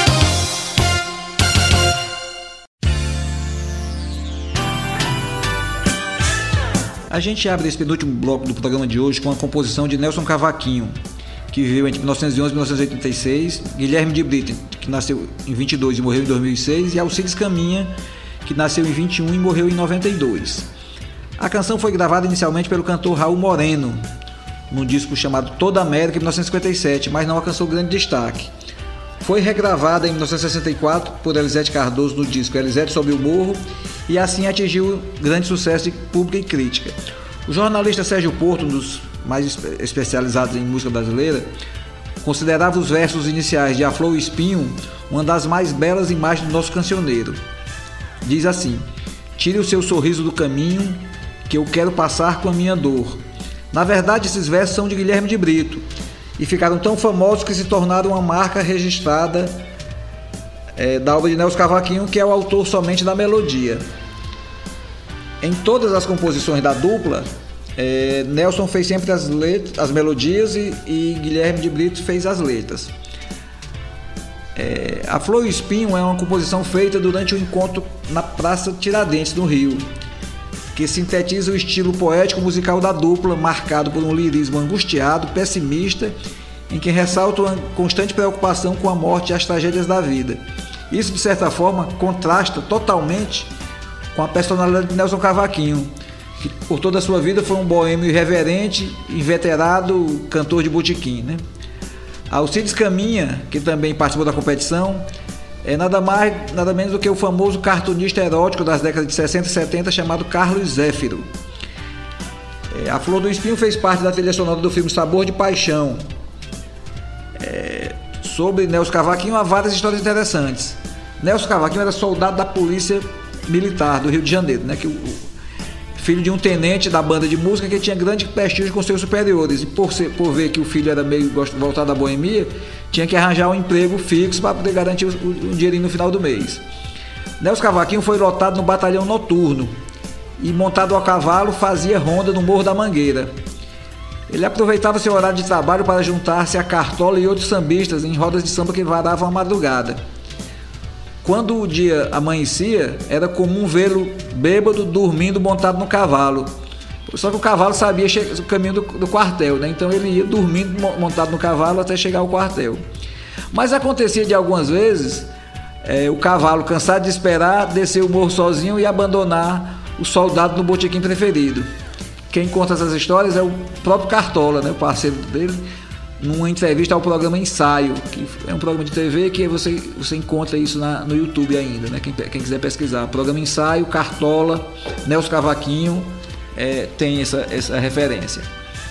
A gente abre esse penúltimo bloco do programa de hoje com a composição de Nelson Cavaquinho, que viveu entre mil novecentos e onze e mil novecentos e oitenta e seis, Guilherme de Brito, que nasceu em vinte e dois e morreu em dois mil e seis, e Alcides Caminha, que nasceu em vinte e um e morreu em noventa e dois. A canção foi gravada inicialmente pelo cantor Raul Moreno, num disco chamado Toda América, em mil novecentos e cinquenta e sete, mas não alcançou grande destaque. Foi regravada em mil novecentos e sessenta e quatro por Elisete Cardoso no disco Elisete Sobe o Morro, e assim atingiu grande sucesso de público e crítica. O jornalista Sérgio Porto, um dos mais especializados em música brasileira, considerava os versos iniciais de A Flor e o Espinho uma das mais belas imagens do nosso cancioneiro. Diz assim: tire o seu sorriso do caminho, que eu quero passar com a minha dor. Na verdade, esses versos são de Guilherme de Brito e ficaram tão famosos que se tornaram uma marca registrada é, da obra de Nelson Cavaquinho, que é o autor somente da melodia. Em todas as composições da dupla, é, Nelson fez sempre as, letras, as melodias e, e Guilherme de Brito fez as letras. É, A Flor e o Espinho é uma composição feita durante o encontro na Praça Tiradentes, no Rio, que sintetiza o estilo poético musical da dupla, marcado por um lirismo angustiado, pessimista, em que ressalta uma constante preocupação com a morte e as tragédias da vida. Isso, de certa forma, contrasta totalmente com a personalidade de Nelson Cavaquinho, que por toda a sua vida foi um boêmio irreverente, inveterado cantor de botequim, né? Alcides Caminha, que também participou da competição, é nada mais, nada menos do que o famoso cartunista erótico das décadas de sessenta e setenta chamado Carlos Zéfiro. É, A Flor do Espinho fez parte da trilha sonora do filme Sabor de Paixão. É, sobre Nelson Cavaquinho há várias histórias interessantes. Nelson Cavaquinho era soldado da Polícia Militar do Rio de Janeiro, né, que o, filho de um tenente da banda de música que tinha grande prestígio com seus superiores, e por, ser, por ver que o filho era meio voltado à boemia, tinha que arranjar um emprego fixo para poder garantir o, o, o dinheirinho no final do mês. Nelson Cavaquinho foi lotado no batalhão noturno e, montado a cavalo, fazia ronda no Morro da Mangueira. Ele aproveitava seu horário de trabalho para juntar-se a Cartola e outros sambistas em rodas de samba que varavam a madrugada. Quando o dia amanhecia, era comum vê-lo bêbado, dormindo, montado no cavalo. Só que o cavalo sabia o caminho do, do quartel, né? Então ele ia dormindo, montado no cavalo, até chegar ao quartel. Mas acontecia de algumas vezes é, o cavalo, cansado de esperar, descer o morro sozinho e abandonar o soldado no botequim preferido. Quem conta essas histórias é o próprio Cartola, né? O parceiro dele, numa entrevista ao programa Ensaio, que é um programa de T V que você, você encontra isso na, no YouTube ainda, né? Quem, quem quiser pesquisar. Programa Ensaio, Cartola, Nelson Cavaquinho, é, tem essa, essa referência.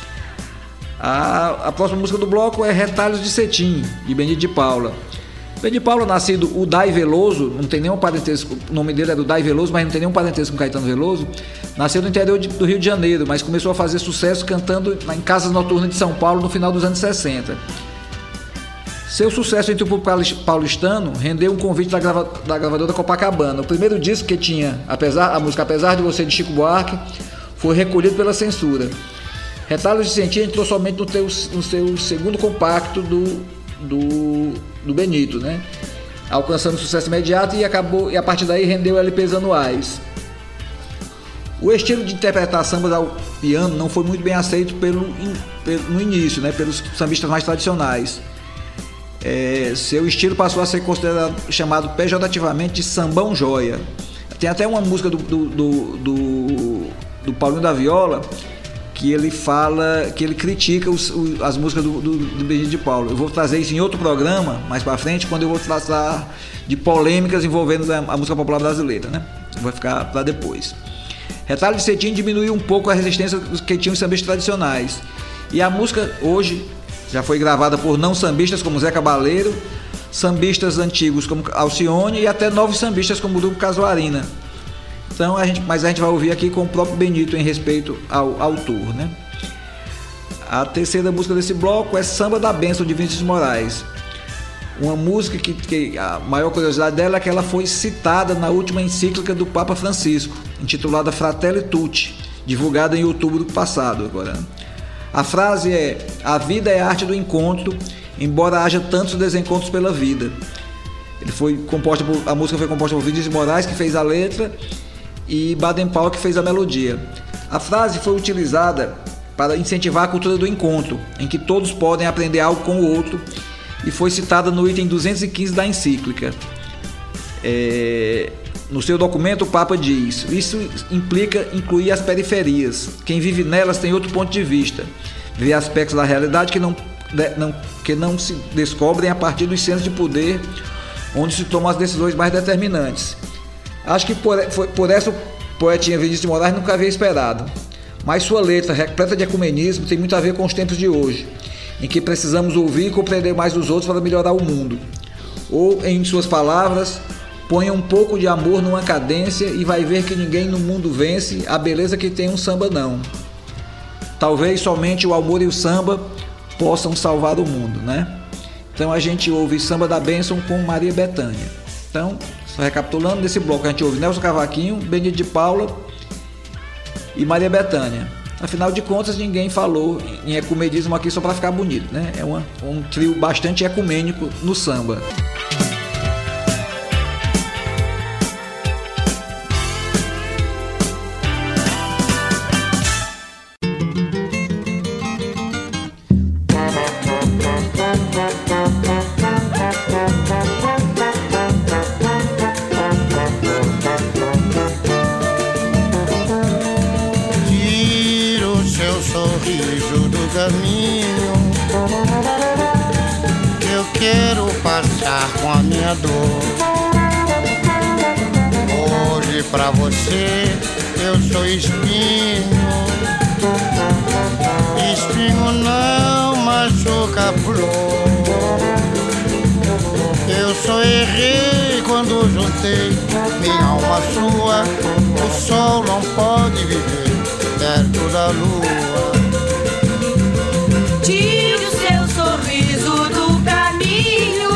A, a próxima música do bloco é Retalhos de Cetim, de Benito de Paula. Benito de Paula, nascido Udai Veloso, não tem nenhum parentesco, o nome dele é Udai Veloso, mas não tem nenhum parentesco com Caetano Veloso. Nasceu no interior de, do Rio de Janeiro, mas começou a fazer sucesso cantando em casas noturnas de São Paulo no final dos anos sessenta. Seu sucesso entre o público paulistano rendeu um convite da, grava, da gravadora Copacabana. O primeiro disco que tinha, apesar, a música Apesar de Você, de Chico Buarque, foi recolhido pela censura. Retalhos de Cetim entrou somente no, teu, no seu segundo compacto do, do, do Benito, né? Alcançando sucesso imediato e, acabou, e a partir daí rendeu L Ps anuais. O estilo de interpretar sambas ao piano não foi muito bem aceito pelo, pelo, no início, né, pelos sambistas mais tradicionais. É, seu estilo passou a ser considerado, chamado pejorativamente de sambão joia. Tem até uma música do, do, do, do, do Paulinho da Viola que ele fala, que ele critica os, os, as músicas do, do, do Benito de Paula. Eu vou trazer isso em outro programa, mais pra frente, quando eu vou tratar de polêmicas envolvendo a, a música popular brasileira, né? Vai ficar para depois. Retalho de Cetim diminuiu um pouco a resistência que tinham os sambistas tradicionais. E a música hoje já foi gravada por não sambistas como Zé Cabaleiro, sambistas antigos como Alcione e até novos sambistas como o Grupo Casuarina. Então, a gente, mas a gente vai ouvir aqui com o próprio Benito em respeito ao autor, né? A terceira música desse bloco é Samba da Bênção, de Vinícius de Moraes. Uma música que, que a maior curiosidade dela é que ela foi citada na última encíclica do Papa Francisco, intitulada Fratelli Tutti, divulgada em outubro passado agora. A frase é: a vida é a arte do encontro, embora haja tantos desencontros pela vida. Ele foi composta por, a música foi composta por Vinícius de Moraes, que fez a letra, e Baden Powell, que fez a melodia. A frase foi utilizada para incentivar a cultura do encontro, em que todos podem aprender algo com o outro, e foi citada no item duzentos e quinze da encíclica. É, no seu documento, o Papa diz: isso implica incluir as periferias. Quem vive nelas tem outro ponto de vista, vê aspectos da realidade que não, não, que não se descobrem a partir dos centros de poder, onde se tomam as decisões mais determinantes. Acho que por, foi, por essa o poetinha Vinícius de Moraes nunca havia esperado. Mas sua letra, repleta de ecumenismo, tem muito a ver com os tempos de hoje, em que precisamos ouvir e compreender mais os outros para melhorar o mundo. Ou, em suas palavras, ponha um pouco de amor numa cadência e vai ver que ninguém no mundo vence a beleza que tem um samba não. Talvez somente o amor e o samba possam salvar o mundo, né? Então a gente ouve Samba da Bênção com Maria Bethânia. Então, só recapitulando, nesse bloco a gente ouve Nelson Cavaquinho, Benito de Paula e Maria Bethânia. Afinal de contas, ninguém falou em ecumenismo aqui só para ficar bonito, né? É uma, um trio bastante ecumênico no samba. Com a minha dor. Hoje pra você eu sou espinho. Espinho não machuca flor. Eu só errei quando juntei minha alma à sua. O sol não pode viver perto da lua. Tire o seu sorriso do caminho.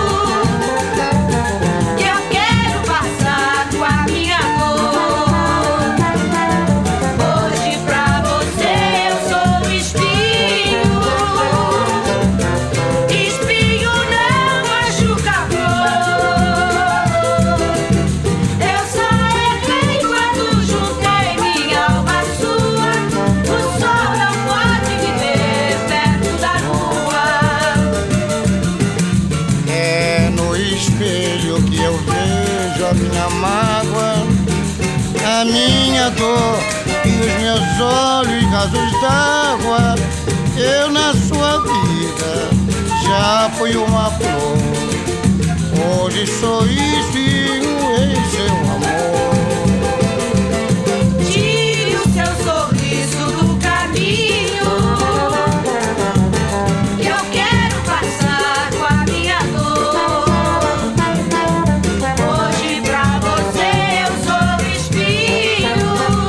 Minha dor e os meus olhos rasos d'água. Eu na sua vida já fui uma flor. Hoje sou espinho em seu amor. Tire o seu sorriso do caminho. Eu quero passar com a minha dor. Hoje pra você eu sou espinho.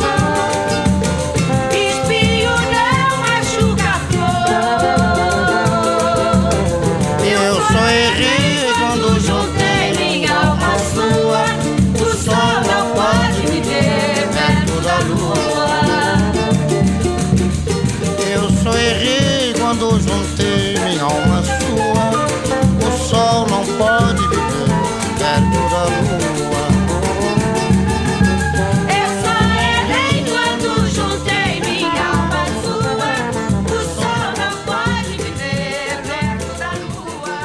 Espinho não machuca flor. Eu só errei quando juntei minha alma à sua. O sol não pode me ver perto da lua. Eu só errei quando juntei minha alma à sua. O sol não pode me ver perto da lua. Eu só errei quando juntei minha alma à sua. O sol não pode me ver perto da lua.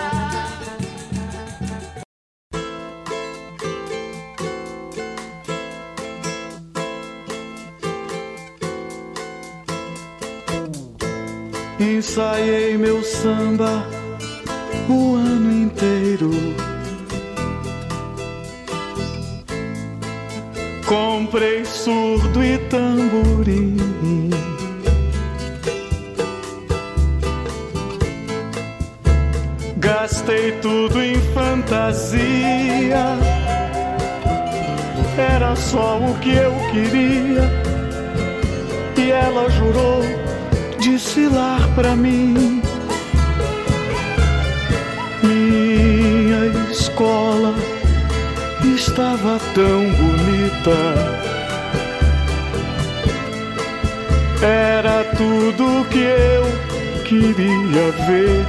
Ensaiei meu samba o ano inteiro, comprei surdo e tamborim. Gastei tudo em fantasia, era só o que eu queria. E ela jurou desfilar pra mim. Minha escola estava tão bonita, era tudo que eu queria ver.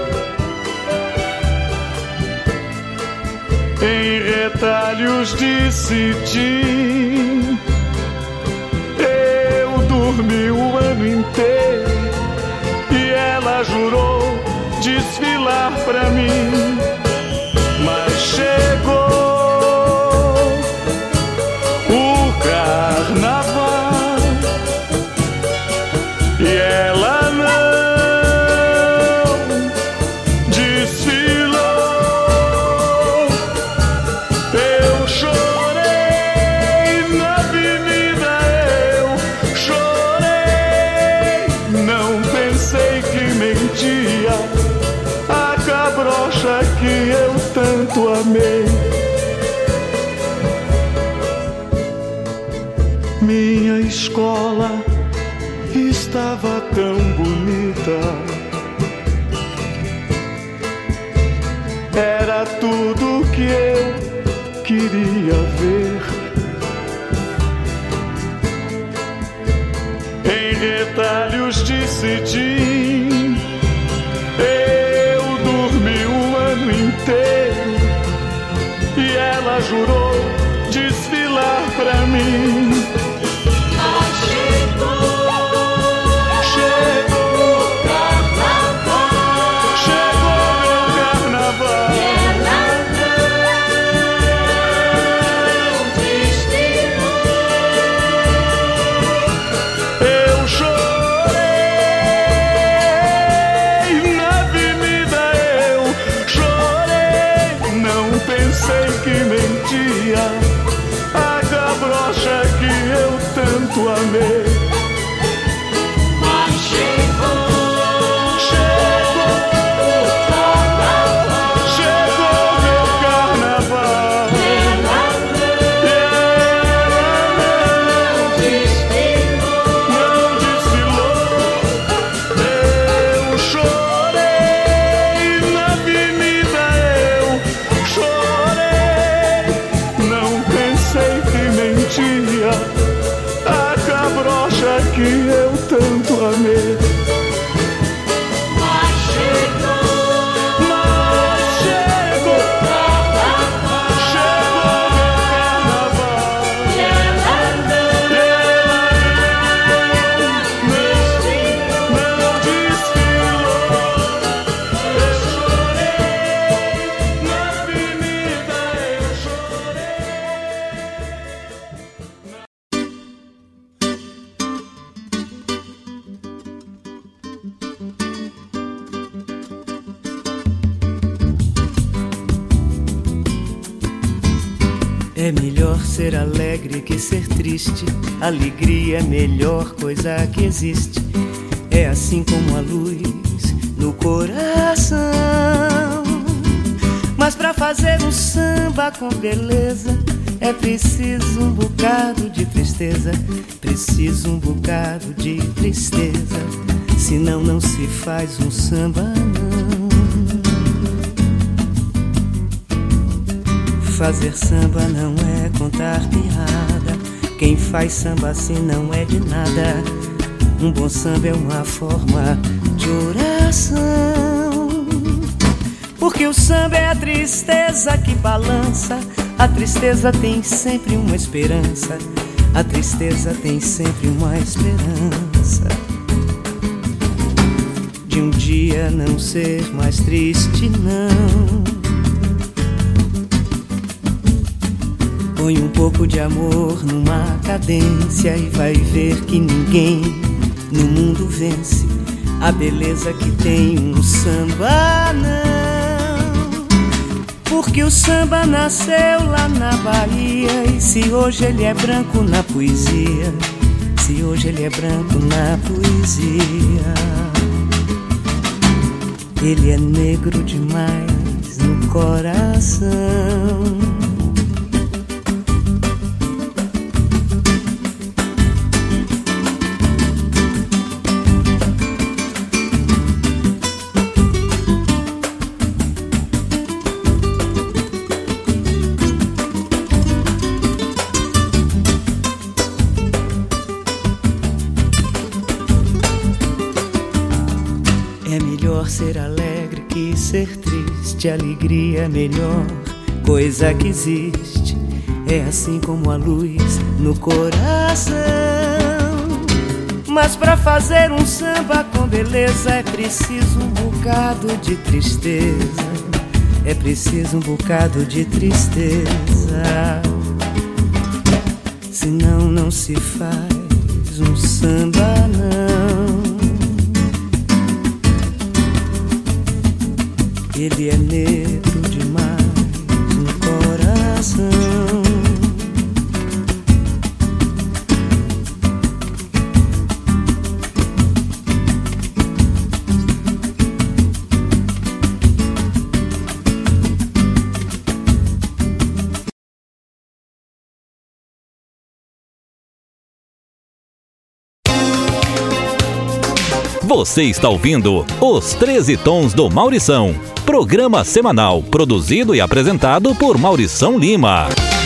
Em retalhos de cetim, eu dormi o ano inteiro e ela jurou desfilar pra mim. Mas chegou o carnaval e ela não desfilou. Eu chorei na avenida, eu chorei, não pensei que mentia a cabrocha que eu tanto amei. Minha escola estava tão bonita, era tudo que eu queria ver. Em retalhos de cetim, eu dormi o ano inteiro e ela jurou desfilar pra mim. A cabrocha que eu tanto amei. Mas chegou, chegou, chegou meu carnaval. Ela não desfilou, não desfilou. Eu chorei na avenida, eu chorei, não pensei que mentia a cabrocha que eu tanto amei. Mas chegou, mas chegou, chegou meu carnaval. E ela não, não, não desfilou. Eu chorei na avenida, eu chorei. É melhor ser alegre que ser triste. Alegria é a melhor coisa que existe. É assim como a luz no coração. Mas pra fazer um samba com beleza é preciso um bocado de tristeza. Preciso um bocado de tristeza. Senão não se faz um samba, não. Fazer samba não é contar piada. Quem faz samba assim não é de nada. Um bom samba é uma forma de oração. Porque o samba é a tristeza que balança. A tristeza tem sempre uma esperança. A tristeza tem sempre uma esperança de um dia não ser mais triste, não. Põe um pouco de amor numa cadência e vai ver que ninguém no mundo vence a beleza que tem um samba, não. Porque o samba nasceu lá na Bahia. E se hoje ele é branco na poesia, se hoje ele é branco na poesia, ele é negro demais no coração. Ser alegre que ser triste, alegria é a melhor coisa que existe. É assim como a luz no coração. Mas pra fazer um samba com beleza é preciso um bocado de tristeza. É preciso um bocado de tristeza. Senão não se faz um samba não. Ele é negro demais no coração. Você está ouvindo Os treze Tons do Maurição, programa semanal produzido e apresentado por Maurição Lima.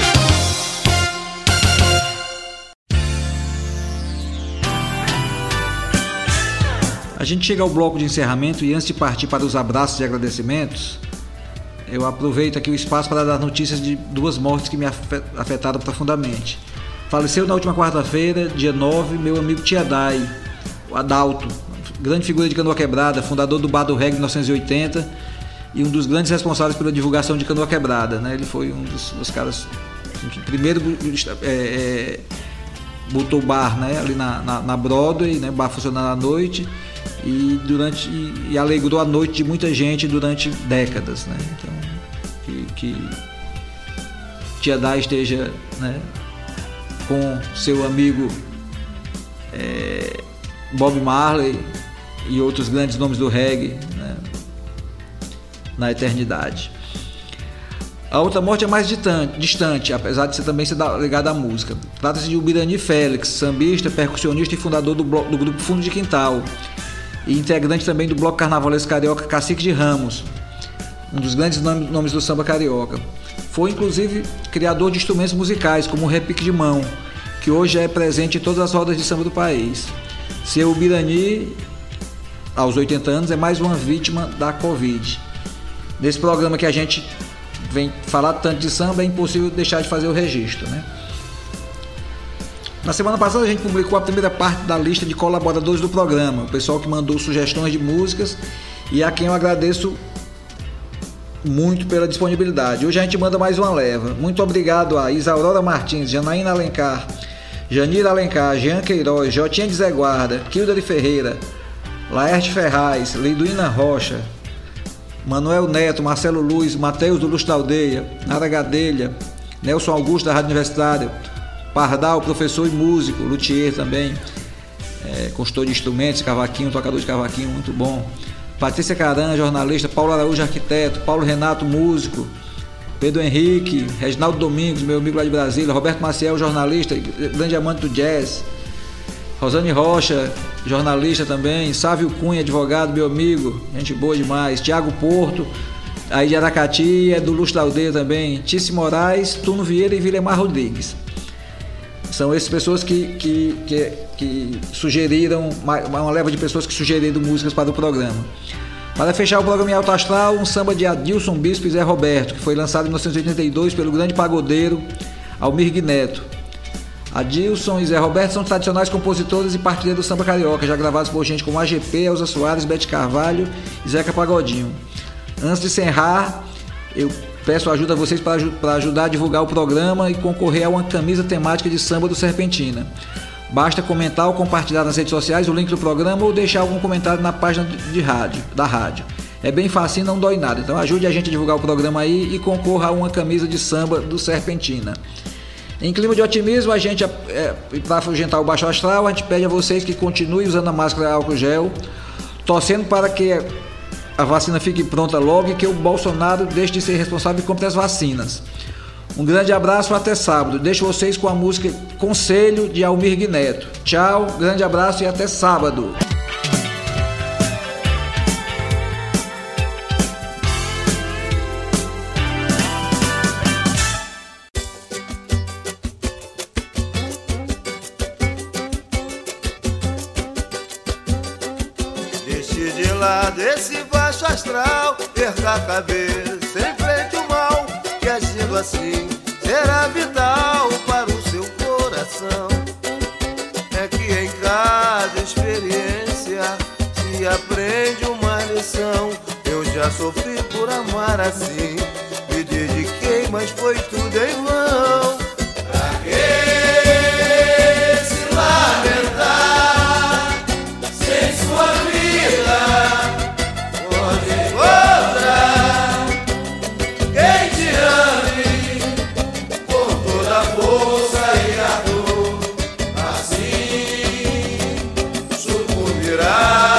A gente chega ao bloco de encerramento e antes de partir para os abraços e agradecimentos, eu aproveito aqui o espaço para dar notícias de duas mortes que me afetaram profundamente. Faleceu na última quarta-feira, dia nove, meu amigo Tiadai, o Adalto, grande figura de Canoa Quebrada, fundador do Bar do Reggae em mil novecentos e oitenta e um dos grandes responsáveis pela divulgação de Canoa Quebrada, né? Ele foi um dos, dos caras que primeiro é, é, botou o bar, né? Ali na, na, na Broadway, né? O bar funcionando à noite e, durante, e, e alegrou a noite de muita gente durante décadas, né? Então, que, que Tiadai esteja, né, com seu amigo é, Bob Marley e outros grandes nomes do reggae, né, na eternidade. A outra morte é mais distante, distante, apesar de ser também ser ligada à música. Trata-se de Ubirani Félix, sambista, percussionista e fundador do, bloco, do grupo Fundo de Quintal e integrante também do bloco carnavalesco carioca Cacique de Ramos, um dos grandes nomes, nomes do samba carioca. Foi inclusive criador de instrumentos musicais como o repique de mão, que hoje é presente em todas as rodas de samba do país. Seu Ubirani, aos oitenta anos, é mais uma vítima da Covid. Nesse programa que a gente vem falar tanto de samba, é impossível deixar de fazer o registro, né? Na semana passada a gente publicou a primeira parte da lista de colaboradores do programa, o pessoal que mandou sugestões de músicas e a quem eu agradeço muito pela disponibilidade. Hoje a gente manda mais uma leva. Muito obrigado a Isaurora Martins, Janaína Alencar, Janira Alencar, Jean Queiroz, Jotinha de Zé Guarda, Kilda de Ferreira, Laerte Ferraz, Liduína Rocha, Manuel Neto, Marcelo Luiz, Mateus do Luz da Aldeia, Nara Gadelha, Nelson Augusto da Rádio Universitária, Pardal, professor e músico, luthier também, é, consultor de instrumentos, cavaquinho, tocador de cavaquinho, muito bom. Patrícia Caran, jornalista, Paulo Araújo, arquiteto, Paulo Renato, músico, Pedro Henrique, Reginaldo Domingos, meu amigo lá de Brasília, Roberto Maciel, jornalista, grande amante do jazz, Rosane Rocha, jornalista também, Sávio Cunha, advogado, meu amigo, gente boa demais, Tiago Porto, aí de Aracati, é do Luz da Aldeia também, Tice Moraes, Tuno Vieira e Vilemar Rodrigues. São essas pessoas que, que, que, que sugeriram, uma leva de pessoas que sugeriram músicas para o programa. Para fechar o programa em alto astral, um samba de Adilson Bispo e Zé Roberto, que foi lançado em mil novecentos e oitenta e dois pelo grande pagodeiro Almir Neto. Adilson e Zé Roberto são tradicionais compositores e partilheiros do samba carioca, já gravados por gente como A G P, Elza Soares, Bete Carvalho e Zeca Pagodinho. Antes de encerrar, eu peço ajuda a vocês para, para ajudar a divulgar o programa e concorrer a uma camisa temática de samba do Serpentina. Basta comentar ou compartilhar nas redes sociais o link do programa ou deixar algum comentário na página de rádio, da rádio. É bem facinho, não dói nada. Então ajude a gente a divulgar o programa aí e concorra a uma camisa de samba do Serpentina. Em clima de otimismo, a gente, é, para afugentar o baixo astral, a gente pede a vocês que continuem usando a máscara álcool gel, torcendo para que a vacina fique pronta logo e que o Bolsonaro deixe de ser responsável e compre as vacinas. Um grande abraço, até sábado. Deixo vocês com a música Conselho de Almir Neto. Tchau, grande abraço e até sábado. Deixe de lado esse baixo astral, perca a cabeça, enfrente o mal, que agindo assim será vital para o seu coração. É que em cada experiência se aprende uma lição. Eu já sofri por amar assim, me dediquei, mas foi tudo em vão. Pra que se lamentar sem sua vida? Pode encontrar quem te ame com toda a força e a dor, assim sucumbirá.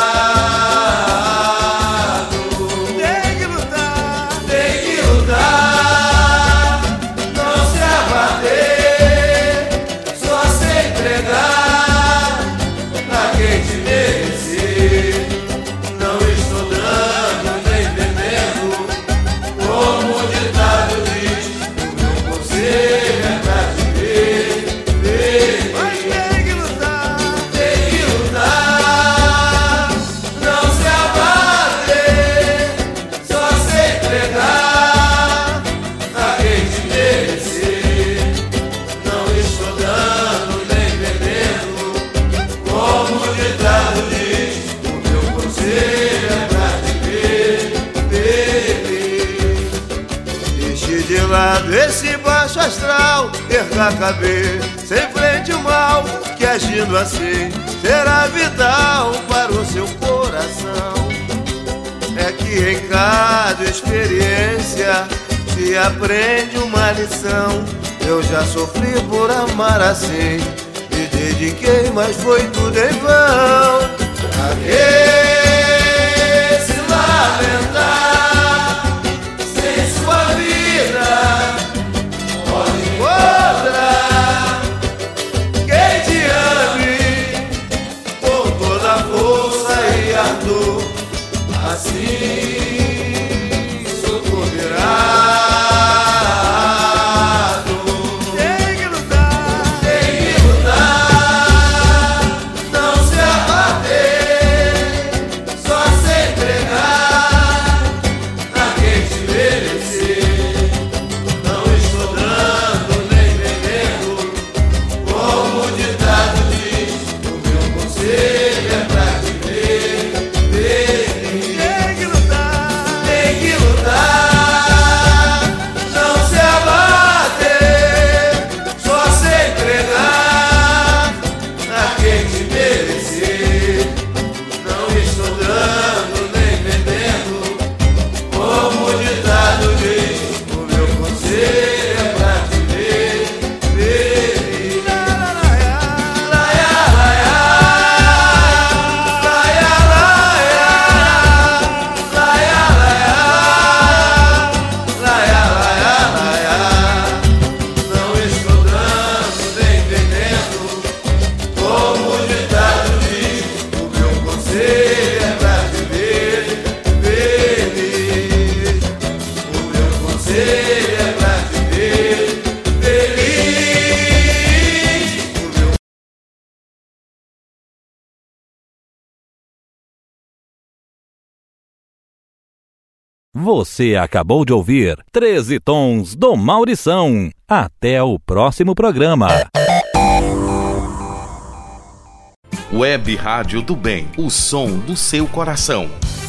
Tem que lutar, tem que lutar, não se abater, só se entregar a quem te merecer. Não estou dando nem vendendo, como o ditado diz, o meu conselho é pra te ver feliz. Mas tem que lutar, tem que lutar, não se abater, só se entregar a quem te merecer. Não estou dando nem vendendo, como o ditado diz, o meu conselho é pra te ver feliz. Deixe de lado esse baixo astral, perca a cabeça, enfrente o mal, que agindo assim será vital para o seu coração. É que em cada experiência se aprende uma lição. Eu já sofri por amar assim, me dediquei, mas foi tudo em vão. Pra que se lamentar sem sua vida? Pode encontrar quem te ame com toda a força e ardor, assim sucumbirá. Tem que lutar, tem que lutar, não se abater, só se entregar a quem te merecer. Não estou dando nem vendendo, como o ditado diz, o meu conselho é pra te ver feliz. Tem que lutar, tem que lutar, não se abater, só se entregar a quem te merecer. Não estou dando nem vendendo, como o ditado diz, o meu conselho é pra te ver feliz. Laia, laia, laia, laia, laia, laia, laia, laia. Não estou dando nem vendendo, como o ditado diz, o meu conselho é pra te ver feliz. O meu conselho é pra te ver feliz. O meu Você acabou de ouvir treze Tons do Maurição. Até o próximo programa. Web Rádio do Bem, o som do seu coração.